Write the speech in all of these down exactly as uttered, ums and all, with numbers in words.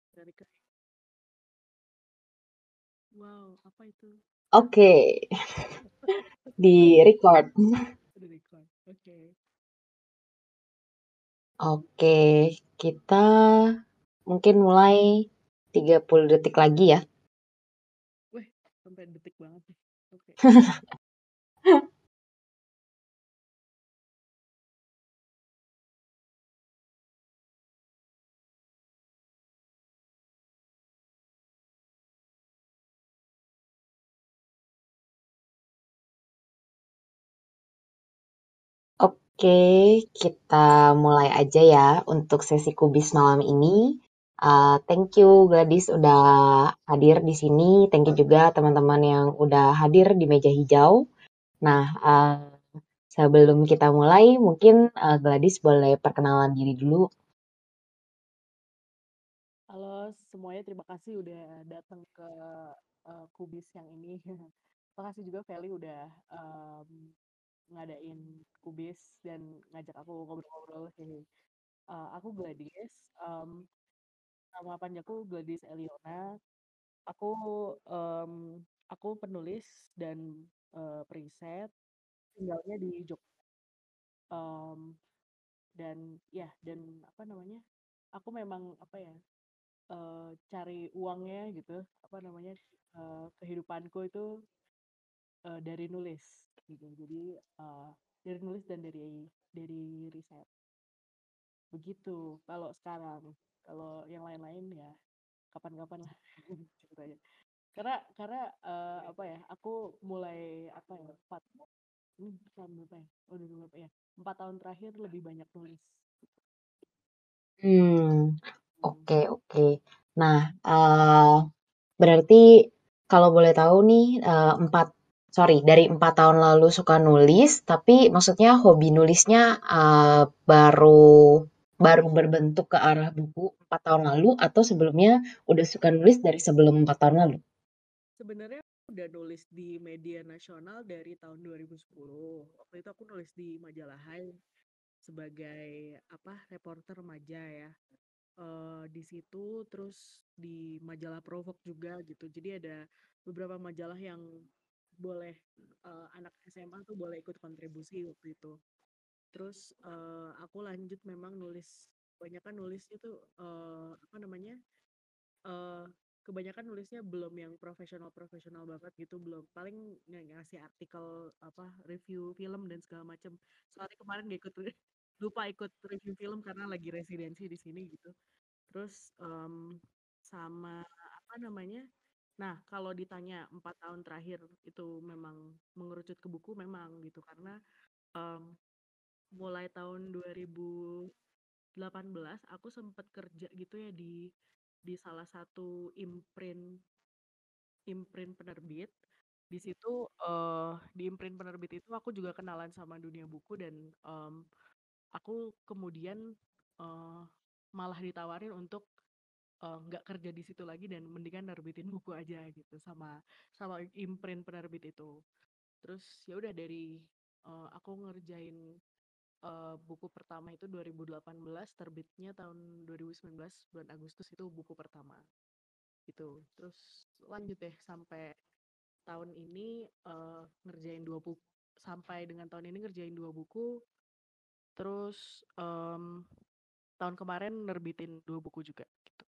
Dari ke wow, apa itu? Oke, di record. Udah record. Oke. Oke, kita mungkin mulai tiga puluh detik lagi ya. Weh, sampai detik banget nih. Oke. Oke, kita mulai aja ya untuk sesi kubis malam ini. Uh, thank you Gladys udah hadir di sini. Thank you juga teman-teman yang udah hadir di meja hijau. Nah, uh, sebelum kita mulai, mungkin uh, Gladys boleh perkenalan diri dulu. Halo semuanya, terima kasih udah datang ke uh, Kubis yang ini. Terima kasih juga Feli udah um, ngadain Kubis dan ngajak aku ngobrol-ngobrol. Uh, aku Gladys, um, nama panjangku Gladys Eliona. Aku um, aku penulis dan uh, periset, tinggalnya di Jogja. Um, dan ya dan apa namanya? Aku memang apa ya? eh, cari uangnya gitu, apa namanya? eh, kehidupanku itu eh, dari nulis gitu. Jadi eh, dari nulis dan dari dari riset. Begitu kalau sekarang. Kalau yang lain-lain ya kapan-kapan lah ceritanya. Karena karena eh, apa ya? Aku mulai apa ya? Empat ini tahun berapa ya? Oh, dua ribu berapa ya? Empat tahun terakhir lebih banyak nulis. Hmm, Hmm. oke oke. Nah, uh, berarti kalau boleh tahu nih, uh, empat sorry dari empat tahun lalu suka nulis, tapi maksudnya hobi nulisnya uh, baru baru berbentuk ke arah buku empat tahun lalu atau sebelumnya udah suka nulis dari sebelum empat tahun lalu? Sebenarnya udah nulis di media nasional dari tahun dua ribu sepuluh. Waktu itu aku nulis di majalah Hai sebagai apa reporter remaja ya. Eh, di situ terus di majalah Provok juga gitu. Jadi ada beberapa majalah yang boleh eh, anak S M A tuh boleh ikut kontribusi waktu itu. Terus eh, aku lanjut memang nulis, kebanyakan nulisnya tuh eh, apa namanya? eh kebanyakan nulisnya belum yang profesional-profesional banget gitu, belum paling ng- ngasih artikel apa review film dan segala macam. Soalnya kemarin gak ikut lupa ikut review film karena lagi residensi di sini gitu. Terus em, sama apa namanya? Nah, kalau ditanya empat tahun terakhir itu memang mengerucut ke buku memang gitu karena em, mulai tahun dua ribu delapan belas aku sempat kerja gitu ya di di salah satu imprint imprint penerbit. Di situ eh di imprint penerbit itu aku juga kenalan sama dunia buku dan em, aku kemudian eh, malah ditawarin untuk eh, nggak kerja di situ lagi dan mendingan nerbitin buku aja gitu sama sama imprint penerbit itu. Terus ya udah dari eh, aku ngerjain eh, buku pertama itu dua ribu delapan belas, terbitnya tahun dua ribu sembilan belas bulan Agustus itu buku pertama gitu. Terus lanjut deh sampai tahun ini eh, ngerjain dua buku, sampai dengan tahun ini ngerjain dua buku. Terus em, tahun kemarin nerbitin dua buku juga gitu.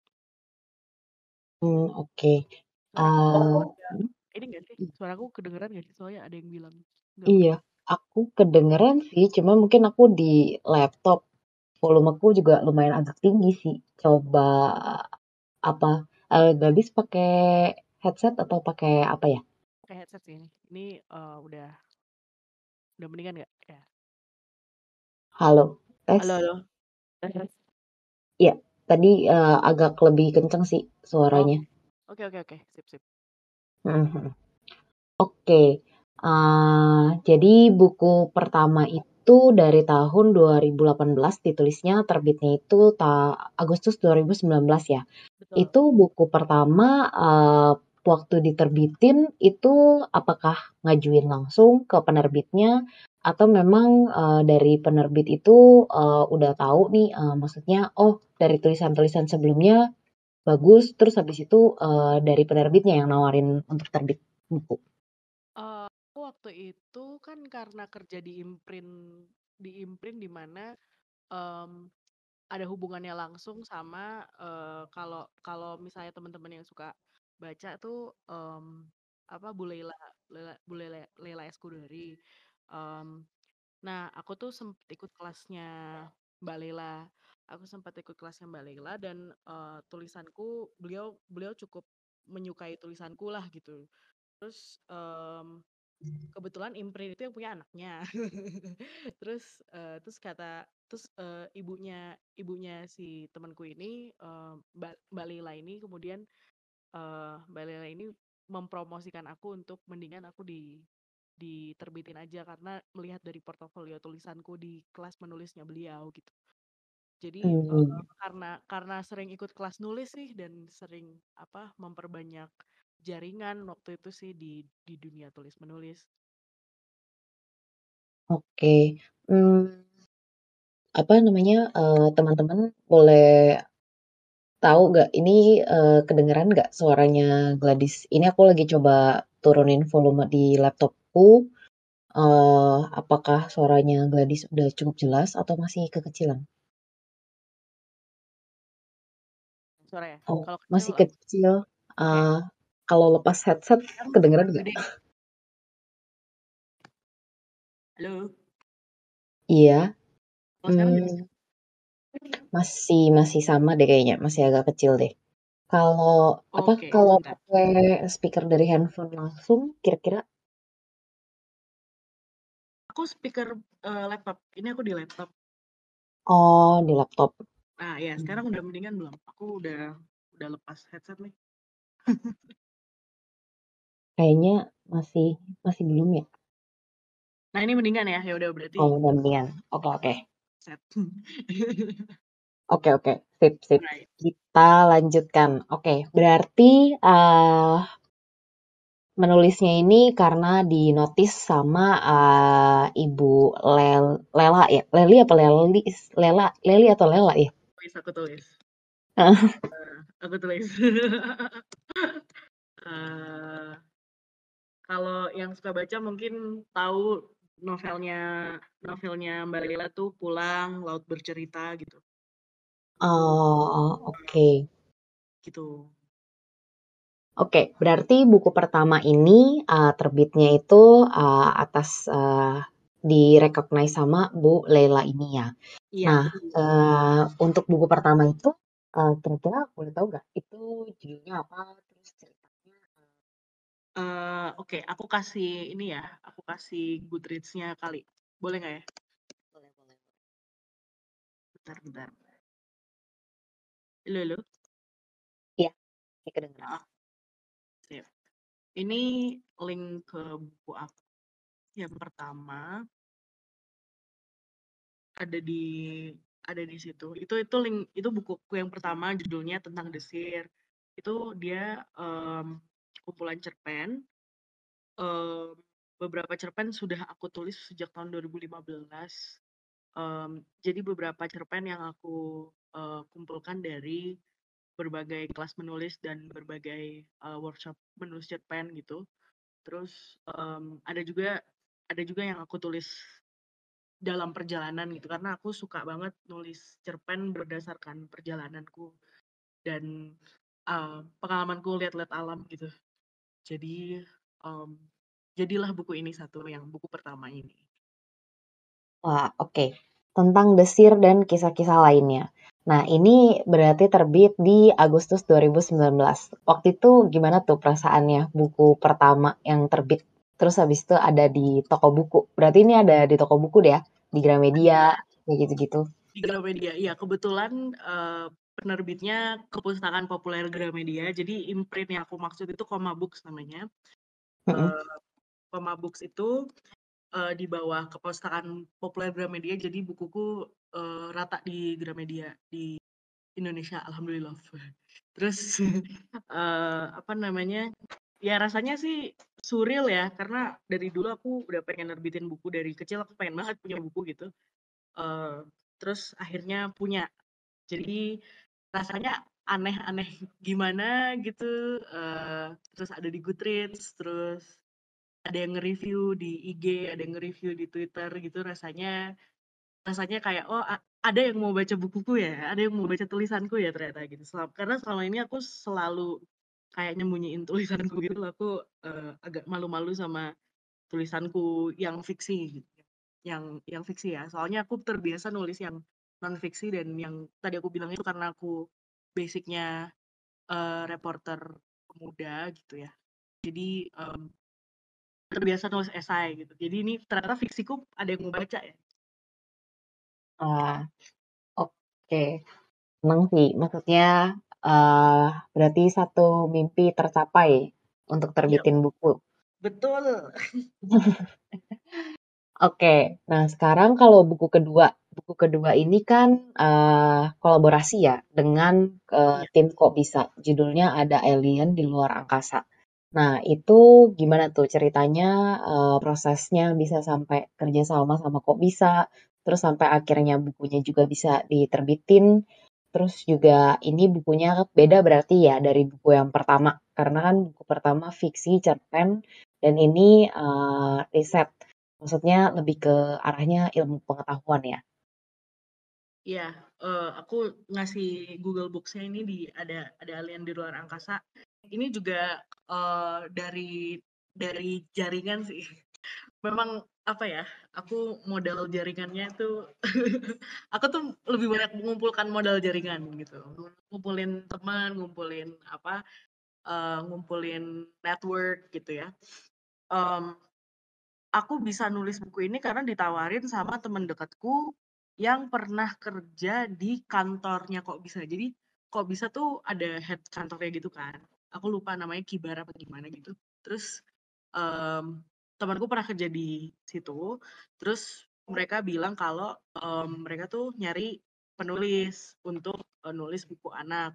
Hmm, oke. Suaraku Uh, agak ini gak sih? Suaraku kedengeran gak sih? Soalnya ada yang bilang nggak iya, begitu. aku kedengeran sih, cuma mungkin aku di laptop volumeku juga lumayan agak tinggi sih. Coba apa? Eh, Gadis pakai headset atau pakai apa ya? Pakai headset sih ini. Ini eh, udah udah mendingan nggak? Ya. Halo, Halo, tes. halo. Tes, tes. Iya, tadi eh, agak lebih kenceng sih Oh, suaranya. oke oke oke. Sip sip. Mhm. Oke, eh, jadi buku pertama itu dari tahun dua ribu delapan belas ditulisnya terbitnya itu ta Agustus dua ribu sembilan belas ya. Betul. Itu buku pertama eh, waktu diterbitin itu apakah ngajuin langsung ke penerbitnya atau memang eh, dari penerbit itu eh, udah tahu nih eh, maksudnya oh dari tulisan-tulisan sebelumnya bagus, terus habis itu uh, dari penerbitnya yang nawarin untuk terbit buku. Uh, aku waktu itu kan karena kerja di imprint di imprint di mana um, ada hubungannya langsung sama uh, kalau kalau misalnya teman-teman yang suka baca tuh um, apa Bu Leila, Leila Bu Leila, Leila Eskudari. Um, nah, aku tuh sempat ikut kelasnya Mbak Leila. Aku sempat ikut kelasnya Mbak Leila dan uh, tulisanku beliau beliau cukup menyukai tulisanku lah gitu. Terus um, kebetulan imprint itu yang punya anaknya. terus uh, terus kata terus uh, ibunya ibunya si temanku ini uh, Mbak Mbak Lila ini kemudian uh, Mbak Lila ini mempromosikan aku untuk mendingan aku di diterbitin aja karena melihat dari portofolio tulisanku di kelas menulisnya beliau gitu. Jadi uh, Hmm, karena karena sering ikut kelas nulis sih dan sering apa memperbanyak jaringan waktu itu sih di di dunia tulis menulis. oke. Okay. Hmm, apa namanya, uh, teman-teman boleh tahu nggak ini uh, kedengeran nggak suaranya Gladys? Ini aku lagi coba turunin volume di laptopku. Uh, apakah suaranya Gladys udah cukup jelas atau masih kekecilan? Suara ya. Oh, Kalau kecil masih aku kecil. kayak Uh, kalau lepas headset sekarang kedengeran sekarang nggak? gede. Halo. Iya. Kalau sekarang gede. Hmm, masih masih sama deh kayaknya, masih agak kecil deh. Kalau apa? Oke, Kalau sebentar. pakai speaker dari handphone langsung, kira-kira? Aku speaker eh, laptop. Ini aku di laptop. Oh, di laptop. Nah, ya sekarang Hmm, udah mendingan belum? Aku udah udah lepas headset nih. kayaknya masih masih belum ya. Nah, ini mendingan ya. Ya udah berarti Oh, gantian. Oke, oke. set. Oke, oke. Sip, sip. Right. Kita lanjutkan. Oke, berarti eh menulisnya ini karena dinotis sama eh, Ibu Lel Lela ya. Leli apa Leli? Lela, Leli atau Lela ya? Tulis aku tulis. Eh, aku tulis. Eh, kalau yang suka baca mungkin tahu novelnya novelnya Mbak Lila tuh Pulang Laut Bercerita gitu. Itu Oh, oke. gitu. Oke, berarti buku pertama ini uh, terbitnya itu uh, atas uh, direcognize sama Bu Leila ini ya. Iya, Nah, betul. uh, untuk buku pertama itu uh, kira-kira boleh tahu nggak? Itu judulnya apa? Terus ceritanya? Eh, oke, aku kasih ini ya, aku kasih Goodreads-nya kali. Boleh nggak ya? Boleh, boleh. Bentar, bentar. Halo, halo. Iya, ini kedengeran. Ah, sip. Ini link ke buku aku. Yang pertama ada di ada di situ. Itu itu link itu bukuku yang pertama judulnya tentang desir. Itu dia em, kumpulan cerpen. Em, beberapa cerpen sudah aku tulis sejak tahun dua ribu lima belas. Em, jadi beberapa cerpen yang aku eh, kumpulkan dari berbagai kelas menulis dan berbagai eh, workshop menulis cerpen gitu. Terus em, ada juga ada juga yang aku tulis dalam perjalanan gitu karena aku suka banget nulis cerpen berdasarkan perjalananku dan uh, pengalamanku lihat-lihat alam gitu. Jadi um, jadilah buku ini satu yang buku pertama ini. Wah, oke. Tentang desir dan kisah-kisah lainnya. Nah, ini berarti terbit di Agustus dua ribu sembilan belas. Waktu itu gimana tuh perasaannya buku pertama yang terbit? Terus habis itu ada di toko buku. Berarti ini ada di toko buku deh ya? Di Gramedia, Ada kayak gitu-gitu. di Gramedia. Iya, kebetulan uh, penerbitnya Kepustakaan Populer Gramedia. Jadi imprint yang aku maksud itu Koma Books namanya. Mm-mm. Uh, Koma Books itu uh, di bawah Kepustakaan Populer Gramedia. Jadi bukuku uh, rata di Gramedia di Indonesia, alhamdulillah. Terus uh, apa namanya? Ya rasanya sih surreal ya, karena dari dulu aku udah pengen nerbitin buku dari kecil, aku pengen banget punya buku gitu. Uh, terus akhirnya punya. Jadi rasanya aneh-aneh gimana gitu, eee, terus ada di Goodreads, terus ada yang nge-review di I G, ada yang nge-review di Twitter gitu rasanya rasanya kayak, "Oh, a ada yang mau baca bukuku ya, ada yang mau baca tulisanku ya ternyata," gitu. Sela karena selama ini aku selalu kayak nyembunyiin tulisanku gitu loh, aku, eee, agak malu-malu sama tulisanku yang fiksi gitu, yang yang fiksi ya. Soalnya aku terbiasa nulis yang non-fiksi dan yang tadi aku bilang itu karena aku basic-nya, eee, reporter muda gitu ya. Jadi, mmm, terbiasa nulis esai gitu. Jadi ini ternyata fiksiku ada yang mau baca ya. Wah, oke. Seneng sih, maksudnya eh berarti satu mimpi tercapai untuk Iya, terbitin buku. betul. Oke, nah sekarang kalau buku kedua, buku kedua ini kan eh, kolaborasi ya dengan eh, Iya. tim Kok Bisa. Judulnya ada Alien di Luar Angkasa. Nah itu gimana tuh ceritanya, eh, prosesnya bisa sampai kerja sama sama Kok Bisa, terus sampai akhirnya bukunya juga bisa diterbitin. Terus juga ini bukunya beda berarti ya dari buku yang pertama, karena kan buku pertama fiksi cerpen dan ini eh, riset. Maksudnya lebih ke arahnya ilmu pengetahuan ya? Iya, eee, aku ngasih Google Books-nya ini di ada ada Alien di Luar Angkasa. Ini juga, eee, dari dari jaringan sih. Memang apa ya, aku modal jaringannya tuh aku tuh lebih banyak mengumpulkan modal jaringan gitu. Ngumpulin teman, ngumpulin apa, eee, ngumpulin network gitu ya. Mmm Aku bisa nulis buku ini karena ditawarin sama temen dekatku yang pernah kerja di kantornya Kok Bisa. Jadi Kok Bisa tuh ada head kantornya gitu kan. Aku lupa namanya Kibar apa gimana gitu. Terus em, temanku pernah kerja di situ. Terus mereka bilang kalau em, mereka tuh nyari penulis untuk eh, nulis buku anak.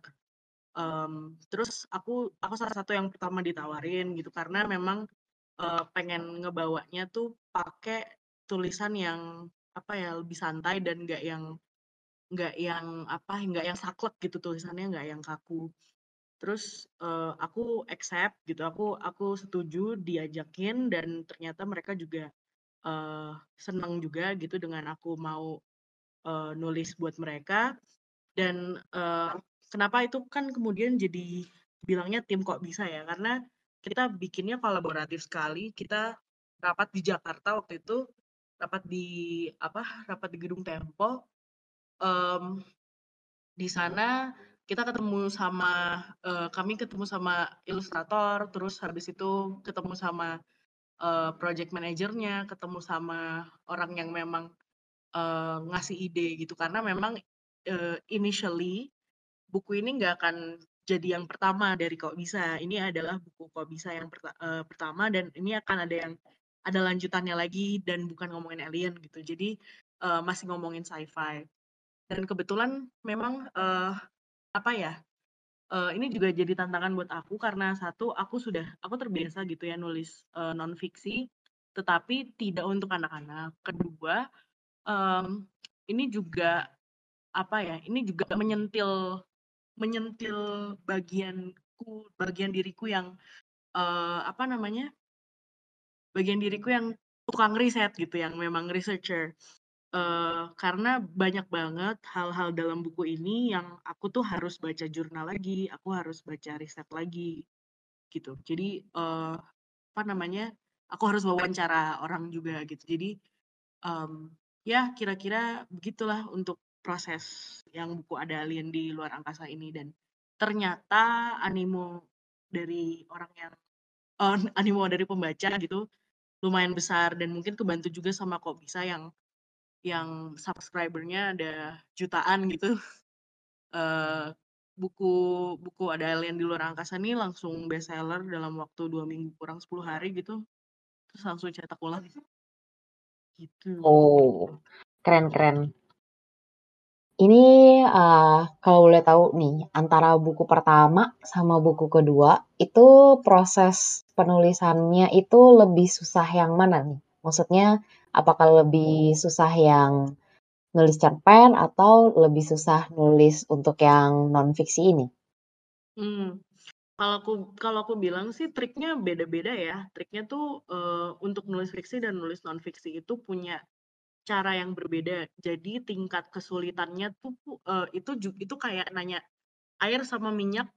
Mmm, terus aku aku salah satu yang pertama ditawarin gitu karena memang, eee, pengen ngebawanya tuh pakai tulisan yang, apa ya, lebih santai dan nggak yang nggak yang, apa, nggak yang saklek gitu tulisannya, nggak yang kaku. Terus, eee, aku accept gitu, aku aku setuju diajakin dan ternyata mereka juga, eee, seneng juga gitu dengan aku mau, eee, nulis buat mereka. Dan, eee, kenapa itu kan kemudian jadi bilangnya tim Kok Bisa ya, karena kita bikinnya kolaboratif sekali, kita rapat di Jakarta waktu itu, rapat di apa, rapat di Gedung Tempo, mmm, di sana kita ketemu sama, eee, kami ketemu sama ilustrator, terus habis itu ketemu sama, eee, project manajernya, ketemu sama orang yang memang, eee, ngasih ide gitu. Karena memang, eee, initially buku ini nggak akan jadi yang pertama dari Kok Bisa. Ini adalah buku Kok Bisa yang perta eee, pertama dan ini akan ada yang ada lanjutannya lagi dan bukan ngomongin alien gitu. Jadi, eee, masih ngomongin sci-fi. Dan kebetulan memang, eee, apa ya, eee, ini juga jadi tantangan buat aku karena satu, aku sudah aku terbiasa gitu ya nulis, eee, non-fiksi, tetapi tidak untuk anak-anak. Kedua, mmm, ini juga, apa ya, ini juga menyentil menyentil bagianku bagian diriku yang, eee, apa namanya, bagian diriku yang tukang riset gitu, yang memang researcher. Eee, karena banyak banget hal-hal dalam buku ini yang aku tuh harus baca jurnal lagi, aku harus baca riset lagi, gitu. Jadi, eee, apa namanya, aku harus wawancara orang juga gitu. Jadi, mmm, ya kira-kira begitulah untuk proses yang buku Ada Alien di Luar Angkasa ini dan ternyata animo dari orang yang eee, animo dari pembaca gitu lumayan besar dan mungkin kebantu juga sama Kok Bisa yang yang subscriber-nya ada jutaan gitu. Eee, buku buku Ada Alien di Luar Angkasa nih langsung bestseller dalam waktu dua minggu kurang sepuluh hari gitu, terus langsung cetak ulang, gitu. Oh, keren-keren. Ini eh, kalau boleh tahu nih, antara buku pertama sama buku kedua, itu proses penulisannya itu lebih susah yang mana nih? Maksudnya, apakah lebih susah yang nulis cerpen atau lebih susah nulis untuk yang non-fiksi ini? Mmm, kalau aku kalau aku bilang sih triknya beda-beda ya. Triknya tuh, eee, untuk nulis fiksi dan nulis non-fiksi itu punya cara yang berbeda. Jadi tingkat kesulitannya tuh eee, itu ju itu kayak nanya air sama minyak,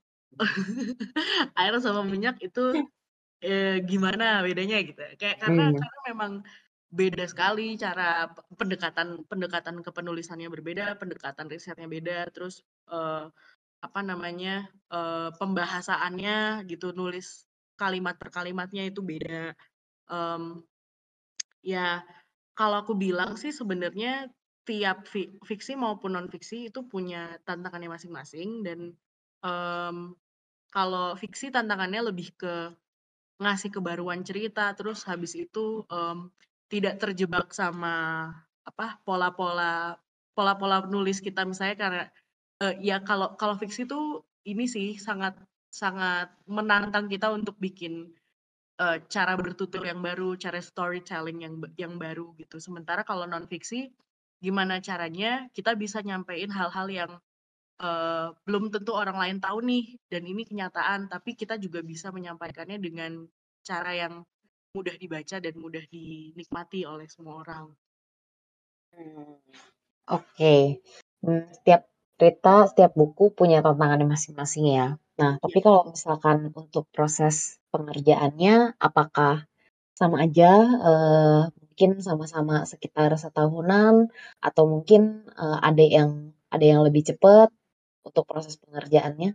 air sama minyak itu, eee, gimana bedanya gitu. Kayak karena Hmm. karena memang beda sekali cara pe pendekatan pendekatan kepenulisannya berbeda, pendekatan risetnya beda, terus, eee, apa namanya, eee, pembahasaannya gitu, nulis kalimat per kalimatnya itu beda. Mmm, ya kalau aku bilang sih sebenarnya tiap fi fiksi maupun non-fiksi itu punya tantangannya masing-masing dan, mmm, kalau fiksi tantangannya lebih ke ngasih kebaruan cerita, terus habis itu, mmm, tidak terjebak sama apa, pola-pola pola-pola nulis kita misalnya karena, eee, ya kalau kalau fiksi tuh ini sih sangat sangat menantang kita untuk bikin, eee, cara bertutur yang baru, cara storytelling yang ba yang baru gitu. Sementara kalau non-fiksi, gimana caranya kita bisa nyampein hal-hal yang, eee, belum tentu orang lain tahu nih dan ini kenyataan, tapi kita juga bisa menyampaikannya dengan cara yang mudah dibaca dan mudah dinikmati oleh semua orang. Hmm. Oke. Hmm, setiap cerita, setiap buku punya tantangannya masing-masing ya. Nah, tapi Ya. kalau misalkan untuk proses pengerjaannya, apakah sama aja, eee, mungkin sama-sama sekitar setahunan atau mungkin, eee, ada yang ada yang lebih cepat untuk proses pengerjaannya?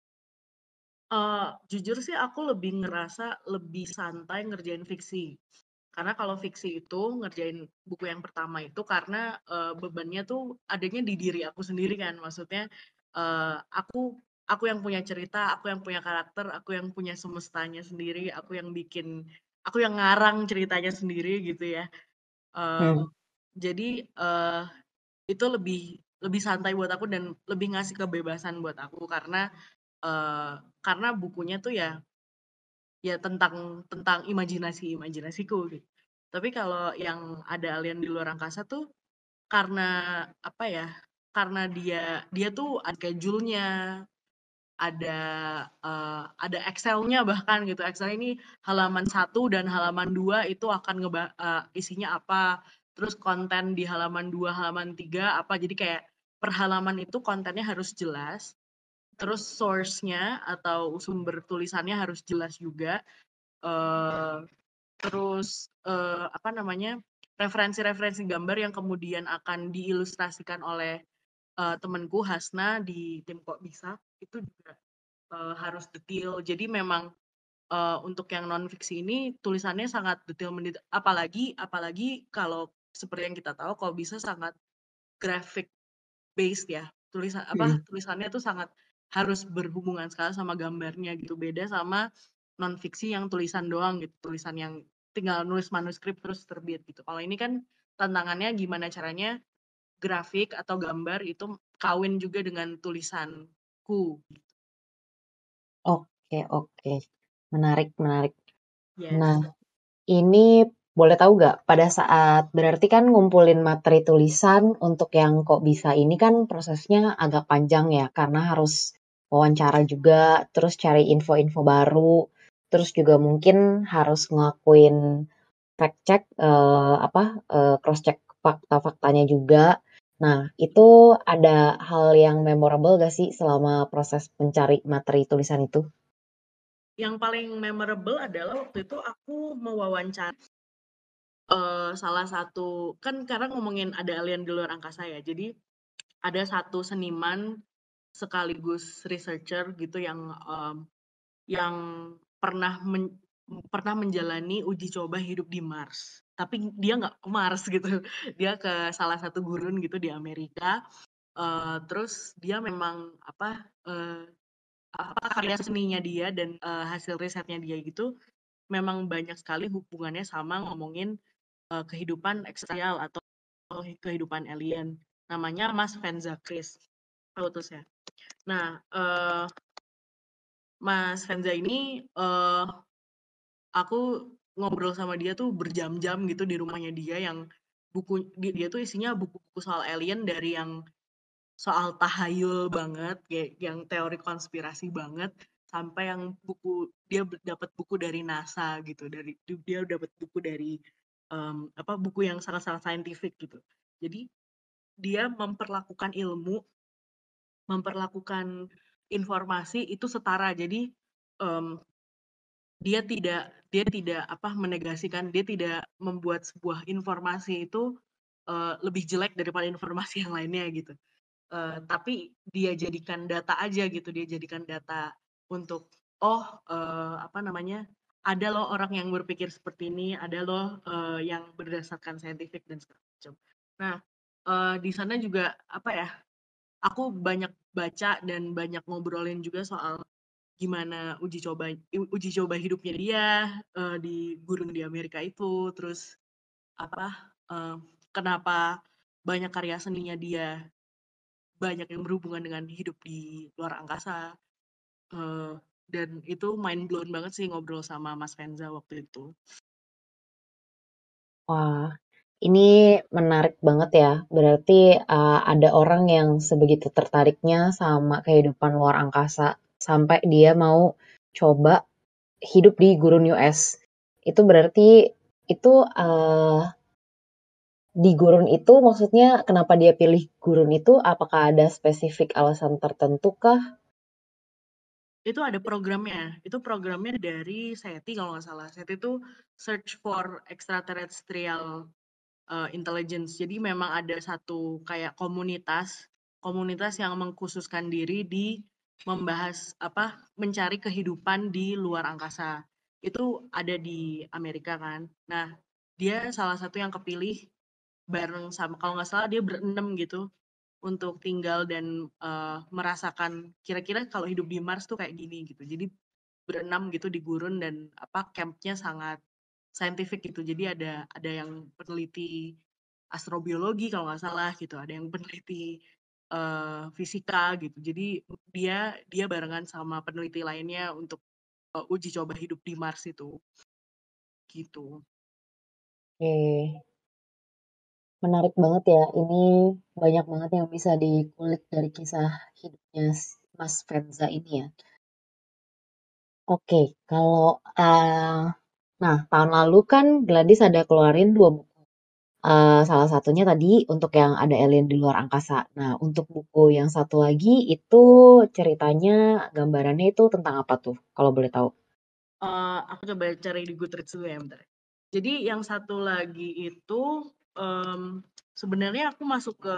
Eee, jujur sih aku lebih ngerasa lebih santai ngerjain fiksi. Karena kalau fiksi itu ngerjain buku yang pertama itu karena, eee, bebannya tuh adanya di diri aku sendiri kan. Maksudnya, eee, aku aku yang punya cerita, aku yang punya karakter, aku yang punya semestanya sendiri, aku yang bikin aku yang ngarang ceritanya sendiri gitu ya. Mmm, Hmm. jadi, eee, itu lebih lebih santai buat aku dan lebih ngasih kebebasan buat aku karena, eee, karena bukunya tuh ya ya tentang tentang imajinasi-imajinasiku gitu. Tapi kalau yang Ada Alien di Luar Angkasa tuh karena apa ya, karena dia dia tuh ada schedule-nya, ada, eee, ada Excel-nya bahkan gitu. Excel ini halaman satu dan halaman dua itu akan ngeba eee, isinya apa, terus konten di halaman dua halaman tiga apa, jadi kayak per halaman itu kontennya harus jelas, terus source-nya atau sumber tulisannya harus jelas juga, eee, terus, eee, apa namanya, referensi-referensi gambar yang kemudian akan diilustrasikan oleh, eee, temenku Hasna di tim Kok Bisa, itu juga, eee, harus detail. Jadi memang, eee, untuk yang non-fiksi ini tulisannya sangat detail mendeta apalagi apalagi kalau seperti yang kita tahu Kok Bisa sangat graphic based ya, tulisan apa, Mhm. tulisannya tuh sangat harus berhubungan sekali sama gambarnya gitu, beda sama non-fiksi yang tulisan doang gitu, tulisan yang tinggal nulis manuskrip terus terbit gitu. Kalau ini kan tantangannya gimana caranya grafik atau gambar itu kawin juga dengan tulisanku. Oke oke. Menarik menarik. Nah, Yes. ini boleh tahu nggak pada saat berarti kan ngumpulin materi tulisan untuk yang Kok Bisa ini kan prosesnya agak panjang ya, karena harus wawancara juga, terus cari info-info baru, terus juga mungkin harus ngelakuin fact check, eee, apa, eee, cross check fakta-faktanya juga. Nah, itu ada hal yang memorable nggak sih selama proses mencari materi tulisan itu? Yang paling memorable adalah waktu itu aku mewawancara eee, salah satu kan karena ngomongin Ada Alien di Luar Angkasa ya, jadi ada satu seniman sekaligus researcher gitu yang, mmm, yang pernah men pernah menjalani uji coba hidup di Mars. Tapi dia nggak ke Mars gitu, dia ke salah satu gurun gitu di Amerika, eee, terus dia memang apa, eee, apa, karya seninya dia dan, eee, hasil risetnya dia gitu memang banyak sekali hubungannya sama ngomongin, eee, kehidupan ekstrareal atau kehidupan alien. Namanya Mas Venza Chris, authors-nya. Nah, eee, Mas Venza ini, eee, aku ngobrol sama dia tuh berjam-jam gitu di rumahnya dia yang buku di dia tuh isinya buku-buku soal alien dari yang soal tahayul banget, kayak yang teori konspirasi banget, sampai yang buku dia dapat buku dari NASA gitu, dari dia dapat buku dari um, apa buku yang sangat-sangat saintifik gitu. Jadi dia memperlakukan ilmu, memperlakukan informasi itu setara. Jadi um, dia tidak dia tidak apa menegasikan, dia tidak membuat sebuah informasi itu uh, lebih jelek daripada informasi yang lainnya gitu. Uh, tapi dia jadikan data aja gitu, dia jadikan data untuk oh uh, apa namanya ada loh orang yang berpikir seperti ini, ada loh uh, yang berdasarkan saintifik dan segala macam. Nah uh, di sana juga apa ya, aku banyak baca dan banyak ngobrolin juga soal gimana uji coba uji coba hidupnya dia uh, di gurun di Amerika itu, terus apa uh, kenapa banyak karya seninya dia banyak yang berhubungan dengan hidup di luar angkasa. Uh, dan itu mind blown banget sih ngobrol sama Mas Renza waktu itu. Wah, ini menarik banget ya. Berarti uh, ada orang yang sebegitu tertariknya sama kehidupan luar angkasa sampai dia mau coba hidup di gurun U S. Itu berarti itu uh, di gurun itu maksudnya kenapa dia pilih gurun itu? Apakah ada spesifik alasan tertentu kah? Itu ada programnya, itu programnya dari SETI kalau nggak salah. SETI itu Search for Extraterrestrial uh, Intelligence. Jadi memang ada satu kayak komunitas, komunitas yang mengkhususkan diri di membahas apa, mencari kehidupan di luar angkasa. Itu ada di Amerika kan. Nah, dia salah satu yang kepilih bareng sama, kalau nggak salah dia berenam gitu, untuk tinggal dan uh, merasakan kira-kira kalau hidup di Mars tuh kayak gini gitu. Jadi berenam gitu di gurun dan apa campnya sangat saintifik gitu. Jadi ada ada yang peneliti astrobiologi kalau nggak salah gitu, ada yang peneliti uh, fisika gitu. Jadi dia dia barengan sama peneliti lainnya untuk uh, uji coba hidup di Mars itu gitu. Oke, menarik banget ya. Ini banyak banget yang bisa dikulik dari kisah hidupnya Mas Fenza ini ya. Oke, kalau uh, nah tahun lalu kan Gladys ada keluarin dua buku. Uh, salah satunya tadi untuk yang ada alien di luar angkasa. Nah, untuk buku yang satu lagi itu ceritanya, gambarannya itu tentang apa tuh, kalau boleh tahu? Uh, aku coba cari di Goodreads dulu ya bentar. Jadi yang satu lagi itu um, sebenarnya aku masuk ke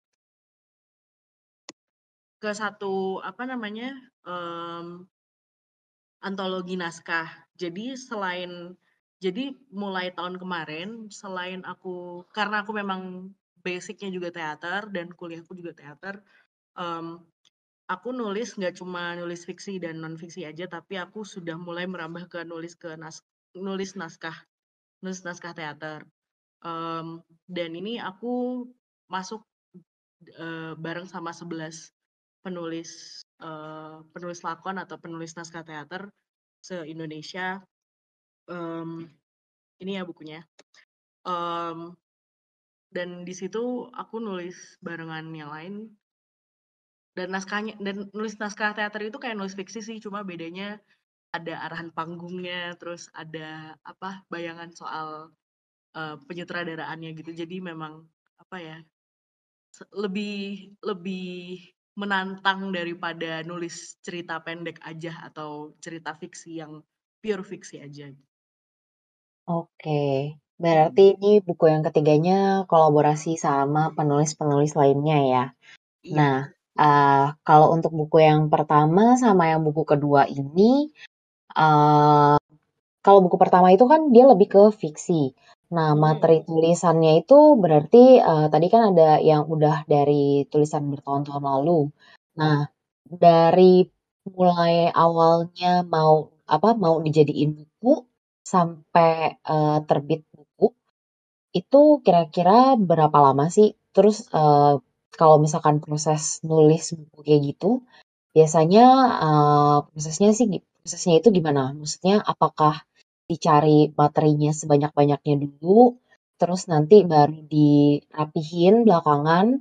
ke satu apa namanya um, antologi naskah. Jadi selain jadi mulai tahun kemarin, selain aku karena aku memang basicnya juga teater dan kuliahku juga teater, um, aku nulis nggak cuma nulis fiksi dan non fiksi aja, tapi aku sudah mulai merambah ke nulis ke nas nulis naskah, nulis naskah teater. Um, dan ini aku masuk uh, bareng sama sebelas penulis uh, penulis lakon atau penulis naskah teater se-Indonesia. Um, ini ya bukunya. Um, dan di situ aku nulis barengan yang lain. Dan naskahnya dan nulis naskah teater itu kayak nulis fiksi sih, cuma bedanya ada arahan panggungnya, terus ada apa bayangan soal uh, penyutradaraannya gitu. Jadi memang apa ya lebih lebih menantang daripada nulis cerita pendek aja atau cerita fiksi yang pure fiksi aja. Oke, berarti ini buku yang ketiganya kolaborasi sama penulis-penulis lainnya ya. Iya. Nah, uh, kalau untuk buku yang pertama sama yang buku kedua ini, uh, kalau buku pertama itu kan dia lebih ke fiksi. Nah, Mm-mm. materi tulisannya itu berarti uh, tadi kan ada yang udah dari tulisan bertahun-tahun lalu. Nah, dari mulai awalnya mau apa mau dijadiin buku sampai uh, terbit buku itu kira-kira berapa lama sih? Terus uh, kalau misalkan proses nulis buku kayak gitu, biasanya uh, prosesnya sih prosesnya itu gimana? Maksudnya apakah dicari materinya sebanyak-banyaknya dulu, terus nanti baru dirapihin belakangan,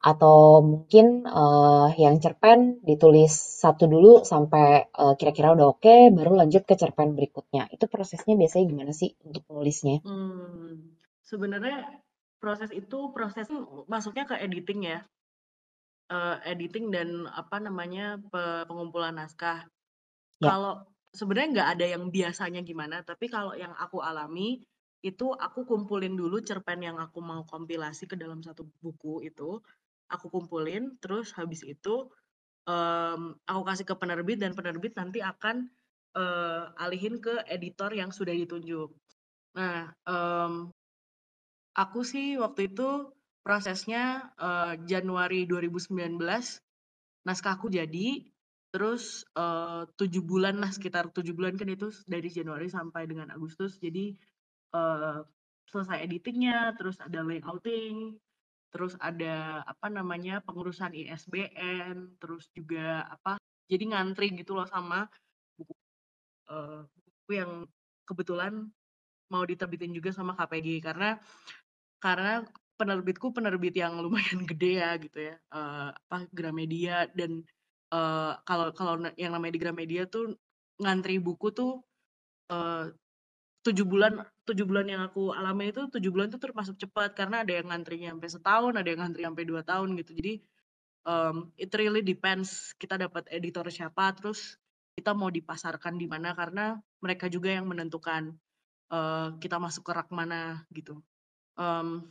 Atau mungkin eh, yang cerpen ditulis satu dulu sampai eh, kira-kira udah oke, baru lanjut ke cerpen berikutnya. Itu prosesnya biasanya gimana sih untuk nulisnya? Hmm, sebenarnya proses itu proses masuknya ke editing ya, eee, editing dan apa namanya, pe pengumpulan naskah. Ya, Kalau sebenarnya nggak ada yang biasanya gimana, tapi kalau yang aku alami, itu aku kumpulin dulu cerpen yang aku mau kompilasi ke dalam satu buku itu, aku kumpulin, terus habis itu, mmm, aku kasih ke penerbit dan penerbit nanti akan, eee, alihin ke editor yang sudah ditunjuk. Nah, mmm, aku sih waktu itu prosesnya, eee, Januari dua ribu sembilan belas naskahku jadi, terus, eee, tujuh bulan lah, sekitar tujuh bulan kan itu dari Januari sampai dengan Agustus. Jadi, eee, selesai editingnya, terus ada layouting, terus ada apa namanya, pengurusan I S B N, terus juga apa, jadi ngantri gitu loh sama buku, eee, buku yang kebetulan mau diterbitin juga sama K P G. Karena karena penerbitku penerbit yang lumayan gede ya gitu ya, eee, apa, Gramedia dan, eee, kalau kalau yang namanya di Gramedia tuh ngantri buku tuh, eee, tujuh bulan tujuh bulan yang aku alami itu tujuh bulan tuh termasuk cepat karena ada yang ngantrinya sampai setahun, ada yang ngantri sampai dua tahun gitu. Jadi, mmm, it really depends kita dapat editor siapa, terus kita mau dipasarkan di mana karena mereka juga yang menentukan, eee, kita masuk ke rak mana gitu. Mmm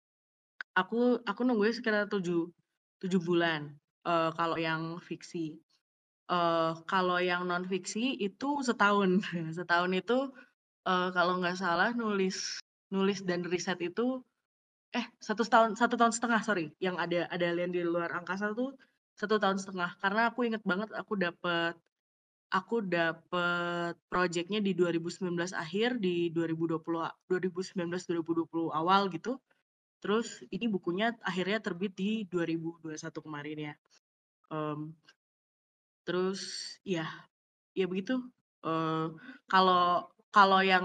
Aku aku nunggunya sekitar tujuh tujuh bulan, eee, kalau yang fiksi. Eee, kalau yang non-fiksi itu setahun. Setahun itu, eee, kalau nggak salah nulis nulis dan riset itu eh satu tahun satu tahun setengah, sorry, yang ada ada Alien di Luar Angkasa tuh satu tahun setengah. Karena aku inget banget aku dapet aku dapet projeknya di dua ribu sembilan belas akhir, di dua ribu dua puluh a dua ribu sembilan belas, dua ribu dua puluh awal gitu. Terus ini bukunya akhirnya terbit di dua ribu dua puluh satu kemarin ya. Mmm, terus ya ya begitu, eee, kalau kalau yang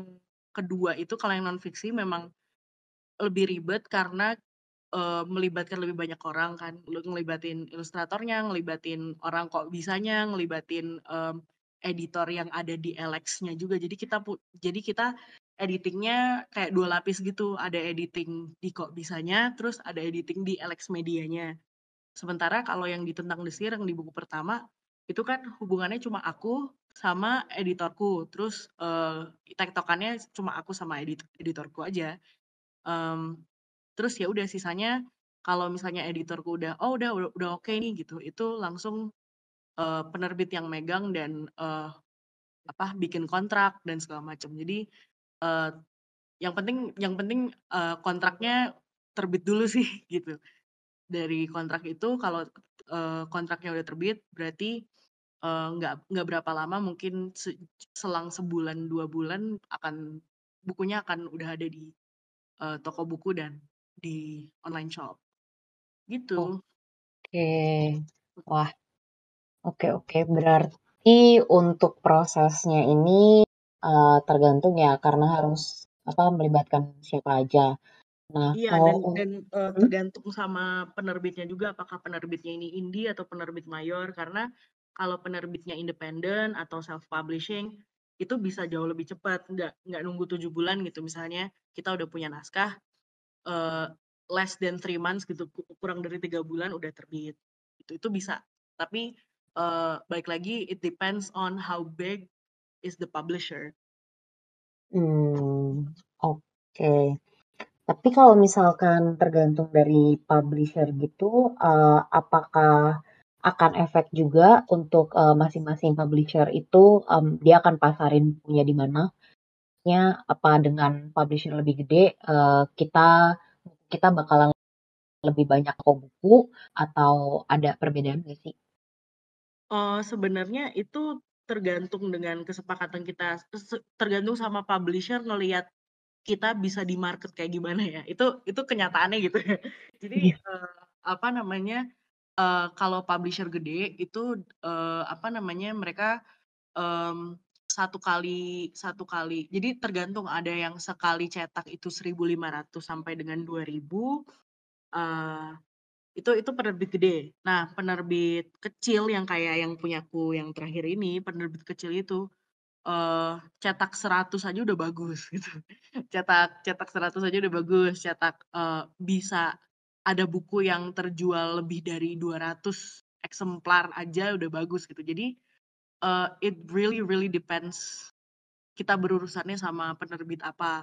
kedua itu, kalau yang non-fiksi memang lebih ribet karena, eee, melibatkan lebih banyak orang kan, lu ngelibatin ilustratornya, ngelibatin orang kok bisanya, ngelibatin, mmm, editor yang ada di L X-nya juga. Jadi kita pu jadi kita editing-nya kayak dua lapis gitu, ada editing di kok bisanya, terus ada editing di L X medianya. Sementara kalau yang di Tentang Desir yang di buku pertama, itu kan hubungannya cuma aku sama editorku, terus, eee, tektokannya cuma aku sama edit editorku aja. Mmm, terus ya udah sisanya kalau misalnya editorku udah, "Oh udah udah udah oke nih," gitu, itu langsung, eee, penerbit yang megang dan, eee, apa, bikin kontrak dan segala macam. Jadi, eee, yang penting yang penting, eee, kontraknya terbit dulu sih gitu. Dari kontrak itu kalau, eee, kontraknya udah terbit berarti, eee, nggak nggak berapa lama mungkin se selang sebulan, dua bulan akan bukunya akan udah ada di, eee, toko buku dan di online shop, gitu. oke. Wah, oke oke. Berarti untuk prosesnya ini eh, tergantung ya, karena harus apa melibatkan siapa aja. Nah, Iya, kalau dan un- dan, eee, hmm? tergantung sama penerbitnya juga, apakah penerbitnya ini indie atau penerbit mayor. Karena kalau penerbitnya independen atau self publishing, itu bisa jauh lebih cepat, nggak nggak nunggu tujuh bulan gitu. Misalnya kita udah punya naskah, eee, less than three months gitu, ku kurang dari tiga bulan udah terbit, itu itu bisa. Tapi, eee, balik lagi it depends on how big is the publisher. Hmm, oke. Tapi kalau misalkan tergantung dari publisher gitu, eh, apakah akan efek juga untuk eh, masing-masing publisher itu, em, dia akan pasarin punya di mana? Nya apa dengan publisher lebih gede, eh, kita kita bakalan lebih banyak toko buku atau ada perbedaan nggak sih? Eee, sebenarnya itu tergantung dengan kesepakatan kita, se tergantung sama publisher ngelihat kita bisa di market kayak gimana ya, itu itu kenyataannya gitu ya. Jadi, Iya. eee, apa namanya, eee, kalau publisher gede itu, eee, apa namanya, mereka, mmm, satu kali satu kali jadi tergantung, ada yang sekali cetak itu seribu lima ratus sampai dengan dua ribu, eee Itu itu penerbit gede. Nah, penerbit kecil yang kayak yang punyaku yang terakhir ini, penerbit kecil itu, eee, cetak seratus aja udah bagus gitu. Cetak cetak seratus aja udah bagus, cetak, eee, bisa ada buku yang terjual lebih dari dua ratus eksemplar aja udah bagus gitu. Jadi, eee, it really really depends kita berurusannya sama penerbit apa.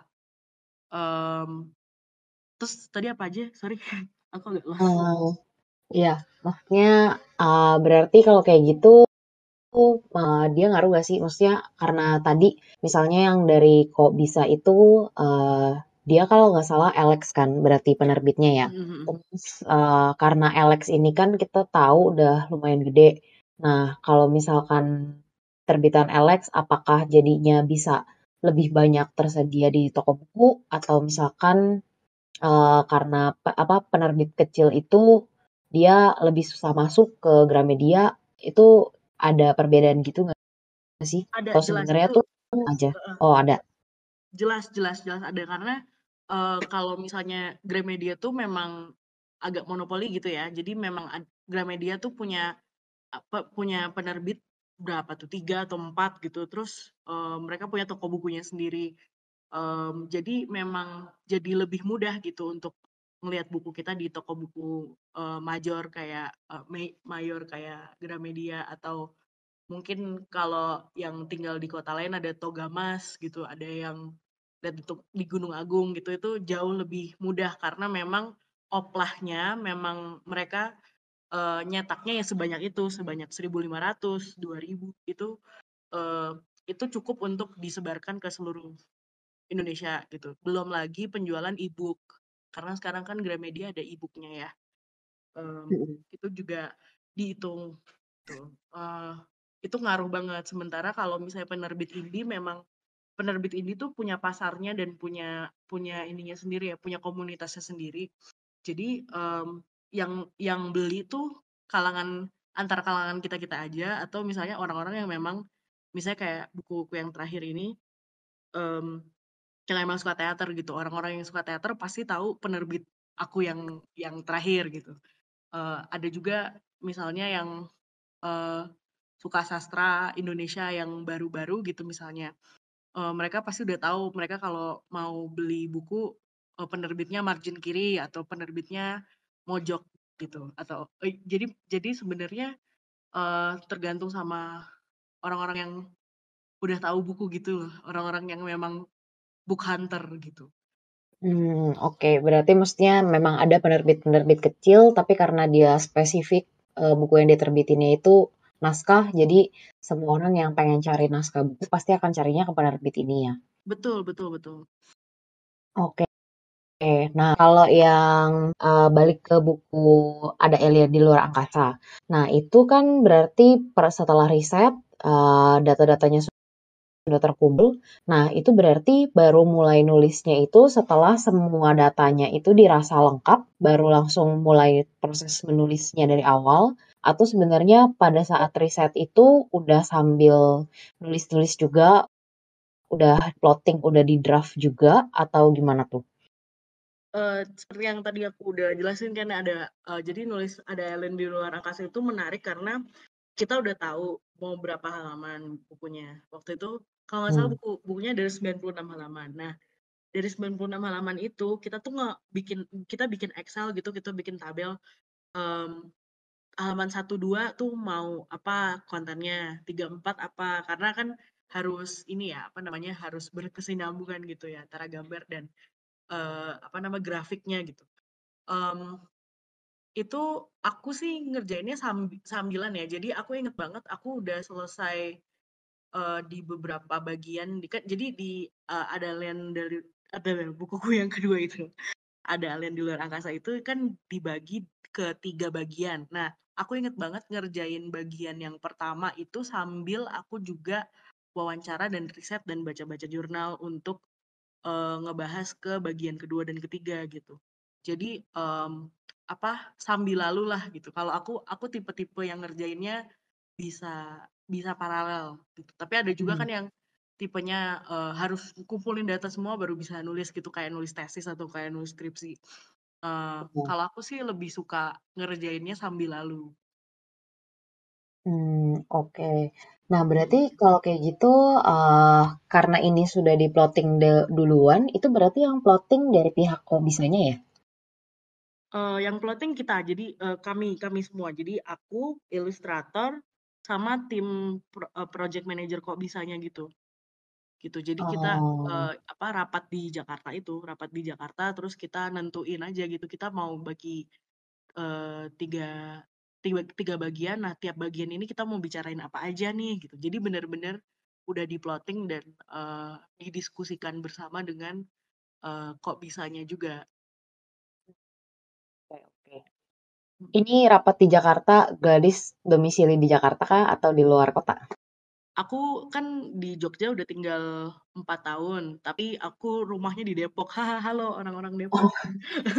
Mmm, terus tadi apa aja? Sorry, aku agak lost. Eee, iya, maksudnya, eee, berarti kalau kayak gitu, eee, dia ngaruh nggak sih? Maksudnya karena tadi misalnya yang dari Kok Bisa itu, eee, dia kalau nggak salah Alex kan berarti penerbitnya ya. Mhm mhm. Terus, eee, karena Alex ini kan kita tahu udah lumayan gede. Nah, kalau misalkan terbitan Alex, apakah jadinya bisa lebih banyak tersedia di toko buku atau misalkan Eee, karena pe apa, penerbit kecil itu dia lebih susah masuk ke Gramedia, itu ada perbedaan gitu nggak sih? Ada, Atau jelas sebenarnya itu, tuh aja? heeh, Oh ada? jelas jelas jelas ada karena, eee, kalau misalnya Gramedia tuh memang agak monopoli gitu ya. Jadi memang ad Gramedia tuh punya apa, punya penerbit berapa tuh, tiga atau empat gitu. Terus, eee, mereka punya toko bukunya sendiri. Mmm, jadi memang jadi lebih mudah gitu untuk ngelihat buku kita di toko buku, eee, major kayak, eee, mei mayor kayak Gramedia atau mungkin kalau yang tinggal di kota lain ada Togamas gitu, ada yang dan untuk di Gunung Agung gitu, itu jauh lebih mudah karena memang oplahnya memang mereka, eee, nyetaknya ya sebanyak itu, sebanyak seribu lima ratus, dua ribu itu, eee, itu cukup untuk disebarkan ke seluruh Indonesia gitu. Belum lagi penjualan e-book, karena sekarang kan Gramedia ada e-book-nya ya, mmm, Mhm. itu juga dihitung tuh, eee, itu ngaruh banget. Sementara kalau misalnya penerbit indie memang penerbit indie tuh punya pasarnya dan punya punya ininya sendiri ya, punya komunitasnya sendiri. Jadi, mmm, yang yang beli tuh kalangan antara kalangan kita-kita aja atau misalnya orang-orang yang memang misalnya kayak buku-buku yang terakhir ini, mmm, yang emang suka teater gitu. Orang-orang yang suka teater pasti tahu penerbit aku yang yang terakhir gitu. Eee, ada juga misalnya yang, eee, suka sastra Indonesia yang baru-baru gitu misalnya. Eee, mereka pasti udah tahu, mereka kalau mau beli buku, eee, penerbitnya margin kiri atau penerbitnya mojok gitu atau eee, jadi jadi sebenarnya, eee, tergantung sama orang-orang yang udah tahu buku gitu loh, orang-orang yang memang book hunter gitu. Mmm, oke. Berarti maksudnya memang ada penerbit-penerbit kecil, tapi karena dia spesifik, eee, buku yang diterbitinnya itu naskah, jadi semua orang yang pengen cari naskah buku pasti akan carinya ke penerbit ini ya? Betul betul betul. Oke. Oke, nah kalau yang eee, balik ke buku Ada Alien di Luar Angkasa. Nah itu kan berarti per setelah riset, eee, data-datanya sudah terkumpul. Nah itu berarti baru mulai nulisnya itu setelah semua datanya itu dirasa lengkap, baru langsung mulai proses menulisnya dari awal, atau sebenarnya pada saat riset itu udah sambil nulis-nulis juga, udah plotting, udah di draft juga, atau gimana tuh? Eee, seperti yang tadi aku udah jelasin kan ada, eee, jadi nulis Ada Alien di Luar Angkasa itu menarik karena kita udah tahu mau berapa halaman bukunya. Waktu itu kalau nggak salah Hmm. buku bukunya dari sembilan puluh enam halaman. Nah, dari sembilan puluh enam halaman itu kita tuh nge bikin kita bikin Excel gitu, kita bikin tabel, mmm, halaman satu, dua tuh mau apa kontennya, tiga, empat apa, karena kan harus ini ya, apa namanya, harus berkesinambungan gitu ya antara gambar dan, eee, apa nama, grafiknya gitu. Mmm, itu aku sih ngerjainnya sambi sambilan ya, jadi aku inget banget aku udah selesai, eee, di beberapa bagian di kan jadi di, eee, Ada Land dari ada bukuku yang kedua itu, Ada Alien di Luar Angkasa itu kan dibagi ke tiga bagian. Nah, aku inget banget ngerjain bagian yang pertama itu sambil aku juga wawancara dan riset dan baca-baca jurnal untuk, eee, ngebahas ke bagian kedua dan ketiga gitu. Jadi, mmm, apa, sambil lalu lah gitu. Kalau aku aku tipe-tipe yang ngerjainnya bisa bisa paralel gitu. Tapi ada juga Hmm. kan yang tipenya, eee, harus kumpulin data semua baru bisa nulis gitu, kayak nulis tesis atau kayak nulis skripsi. Eee, Iya. kalau aku sih lebih suka ngerjainnya sambil lalu. Hmm, oke. Nah, berarti Mhm. kalau kayak gitu, eee, karena ini sudah di-plotting de duluan, itu berarti yang plotting dari pihak kok bisanya ya? Eee, yang plotting kita, jadi, eee, kami kami semua. Jadi aku, ilustrator, sama tim pro eee, project manager kok bisanya gitu, gitu. Jadi kita, Oh, eee, apa, rapat di Jakarta itu, rapat di Jakarta terus kita nentuin aja gitu, kita mau bagi, eee, tiga tiga tiga bagian, nah tiap bagian ini kita mau bicarain apa aja nih gitu. Jadi bener-bener udah di-plotting dan, eee, didiskusikan bersama dengan, eee, kok bisanya juga. oke oke. Mhm. Ini rapat di Jakarta, Gadis domisili di Jakarta kah atau di luar kota? Aku kan di Jogja udah tinggal empat tahun, tapi aku rumahnya di Depok. Haha, halo orang-orang Depok. Oh,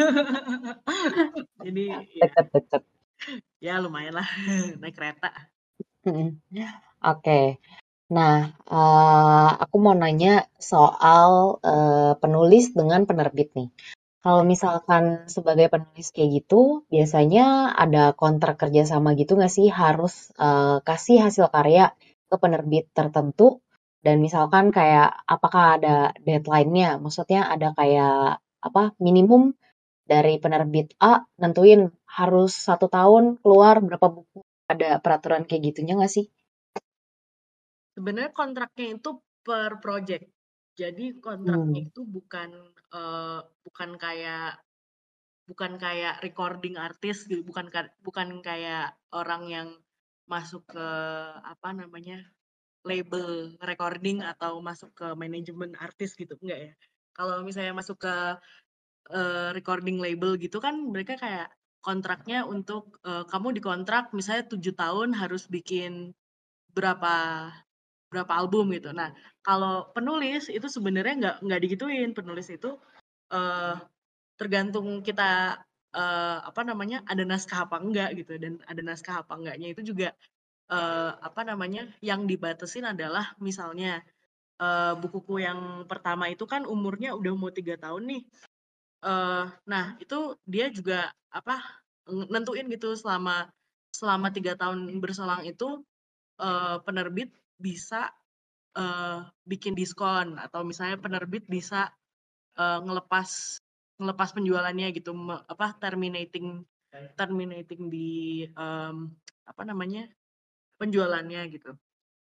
Jadi ya, deket-deket. ya lumayan lah naik kereta. Mhm. Oke. Nah, eee, aku mau nanya soal, eee, penulis dengan penerbit nih. Kalau Oke. misalkan sebagai penulis kayak gitu, biasanya ada kontrak kerja sama gitu nggak sih? Harus eh, kasih hasil karya ke penerbit tertentu, dan misalkan kayak apakah ada deadline-nya? Maksudnya ada kayak apa minimum dari penerbit A nentuin harus satu tahun keluar berapa buku? Ada peraturan kayak gitunya nggak sih? Sebenarnya kontraknya itu per project. Jadi kontraknya Hmm. itu bukan eh, bukan kayak bukan kayak recording artis gitu, bukan ka- bukan kayak orang yang masuk ke apa namanya label recording atau masuk ke manajemen artis gitu, enggak ya. Kalau misalnya masuk ke eh, recording label gitu kan mereka kayak kontraknya untuk eh, kamu dikontrak misalnya tujuh tahun harus bikin berapa berapa album gitu. Nah, kalau penulis itu sebenarnya nggak nggak digituin. Penulis itu eh, tergantung kita eh, apa namanya ada naskah apa enggak gitu, dan ada naskah apa enggaknya itu juga eh, apa namanya yang dibatasin adalah misalnya eh, bukuku yang pertama itu kan umurnya udah mau tiga tahun nih. Eh, nah itu dia juga apa nentuin gitu selama selama tiga tahun berselang itu eh, penerbit bisa eh, bikin diskon atau misalnya penerbit bisa eh, ngelepas ngelepas penjualannya gitu, me- apa terminating terminating di em, apa namanya penjualannya gitu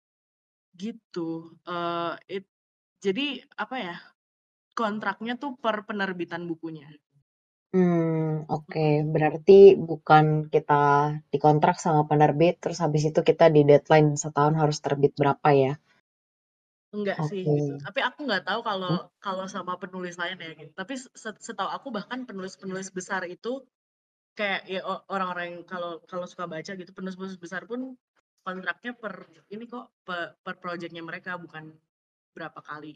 gitu. Eh, it- jadi apa ya, kontraknya tuh per penerbitan bukunya. Hmm, oke. Mm-mm. Berarti bukan kita dikontrak sama penerbit, terus habis itu kita di deadline setahun harus terbit berapa ya? Enggak sih Oke. gitu. Tapi aku nggak tahu kalau Hmm, kalau sama penulis lain ya gitu. Tapi se- setahu aku bahkan penulis-penulis besar itu kayak ya o- orang-orang yang kalau kalau suka baca gitu, penulis-penulis besar pun kontraknya per ini kok per, per projectnya mereka bukan berapa kali.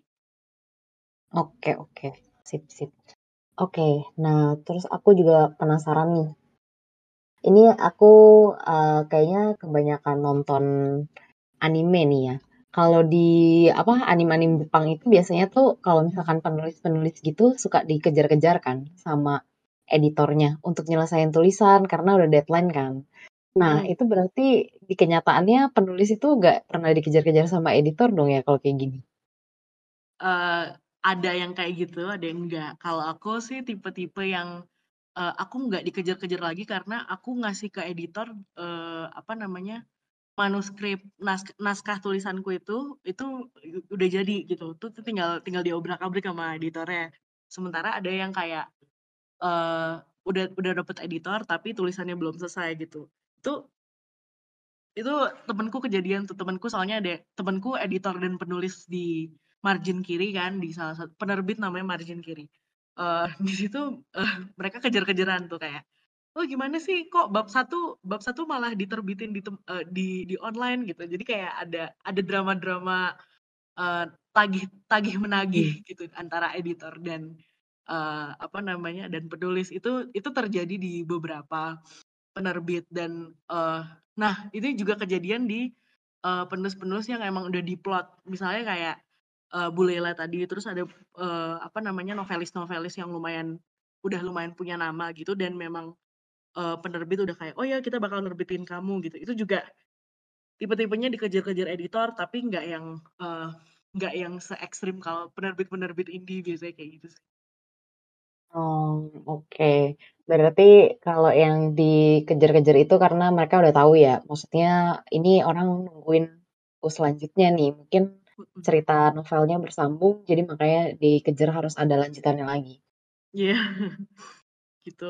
oke, oke. Sip, sip. Oke, nah terus aku juga penasaran nih. Ini aku eh, kayaknya kebanyakan nonton anime nih ya. Kalau di apa anime-anime Jepang itu biasanya tuh kalau misalkan penulis-penulis gitu suka dikejar-kejar kan sama editornya untuk nyelesain tulisan karena udah deadline kan. Nah, Mm-mm. itu berarti di kenyataannya penulis itu nggak pernah dikejar-kejar sama editor dong ya kalau kayak gini? Eh, ada yang kayak gitu, ada yang enggak. Kalau aku sih tipe-tipe yang eh, aku nggak dikejar-kejar lagi karena aku ngasih ke editor eh, apa namanya manuskrip nas- naskah tulisanku itu itu udah jadi gitu. Tuh tuh tinggal tinggal diobrak-abrik sama editornya. Sementara ada yang kayak eh, udah udah dapet editor tapi tulisannya belum selesai gitu. Itu itu temenku kejadian tuh, temenku soalnya ada temenku editor dan penulis di margin kiri kan, di salah satu penerbit namanya margin kiri. Eh di situ eh, mereka kejar-kejaran tuh kayak, oh gimana sih kok bab satu bab satu malah diterbitin di tem- eh, di di online gitu. Jadi kayak ada ada drama-drama eh, tagih tagih menagih Hmm. gitu antara editor dan eh, apa namanya dan penulis itu itu terjadi di beberapa penerbit dan eh, nah itu juga kejadian di eh, penulis-penulis yang emang udah diplot misalnya kayak eh, Bu Lela tadi terus ada eh, apa namanya novelis-novelis yang lumayan udah lumayan punya nama gitu dan memang, eee, penerbit udah kayak, "Oh ya kita bakal nerbitin kamu," gitu. Itu juga tipe-tipenya dikejar-kejar editor tapi nggak yang, eee, nggak yang se-ekstrim kalau penerbit-penerbit indie biasanya kayak gitu sih. Oh, oke. Berarti kalau yang dikejar-kejar itu karena mereka udah tahu ya, maksudnya ini orang nungguin buku selanjutnya nih, mungkin Mhm. cerita novelnya bersambung, jadi makanya dikejar harus ada lanjutannya lagi. Iya, gitu.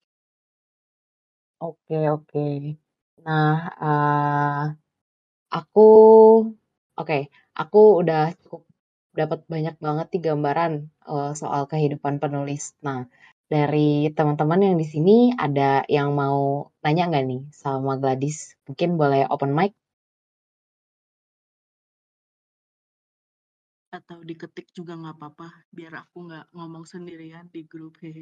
Oke, oke. Nah, eh, aku, oke, aku udah cukup dapat banyak banget nih gambaran eh, soal kehidupan penulis. Nah, dari teman-teman yang di sini ada yang mau nanya nggak nih sama Gladys? Mungkin boleh open mic? Atau diketik juga nggak apa-apa, biar aku nggak ngomong sendirian di grup, hehe.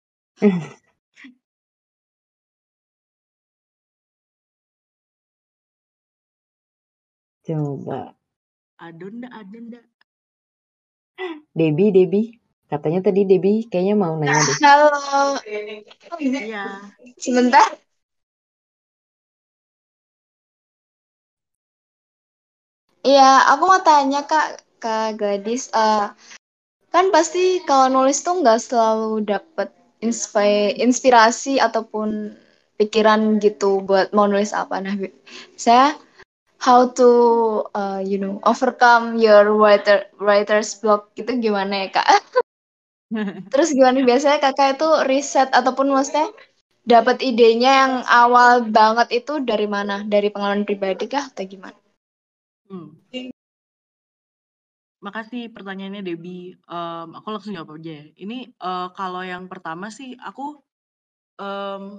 Coba. Ada ndak ada ndak? Debbie, Debbie. Katanya tadi Debbie kayaknya mau nanya deh. Halo, Iya. sebentar. Iya, aku mau tanya Kak, Kak Gladys. Eh, kan pasti kalau nulis tuh nggak selalu dapet inspi- inspirasi ataupun pikiran gitu buat mau nulis apa. Nah, bi- saya how to uh, you know overcome your writer writer's block gitu gimana ya Kak? Terus gimana biasanya Kakak itu riset ataupun maksudnya dapat idenya yang awal banget itu dari mana? Dari pengalaman pribadi kah atau gimana? Hmm. Makasih pertanyaannya Debbie. Mmm, aku langsung jawab aja ya. Ini, eee, kalau yang pertama sih aku, mmm,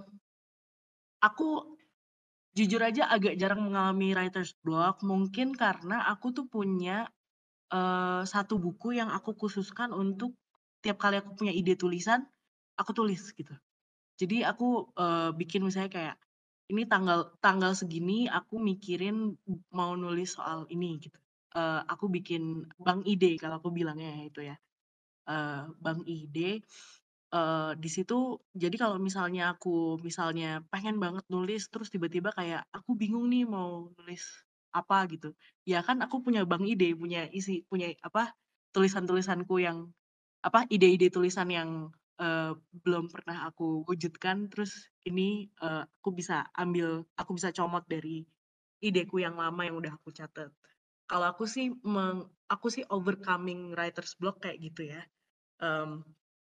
aku jujur aja agak jarang mengalami writer's block, mungkin karena aku tuh punya, eee, satu buku yang aku khususkan untuk tiap kali aku punya ide tulisan, aku tulis gitu. Jadi aku, eee, bikin misalnya kayak, ini tanggal tanggal segini aku mikirin mau nulis soal ini gitu. Eee, aku bikin bank ide kalau aku bilangnya ya itu ya. Eee, bank ide, eee, di situ jadi kalau misalnya aku misalnya pengen banget nulis terus tiba-tiba kayak aku bingung nih mau nulis apa gitu, ya kan aku punya bank ide, punya isi punya apa, tulisan-tulisanku yang apa, ide-ide tulisan yang, eee, belum pernah aku wujudkan terus ini, eee, aku bisa ambil aku bisa comot dari ideku yang lama yang udah aku catat. Kalau aku sih meng aku sih overcoming writer's block kayak gitu ya. Mmm,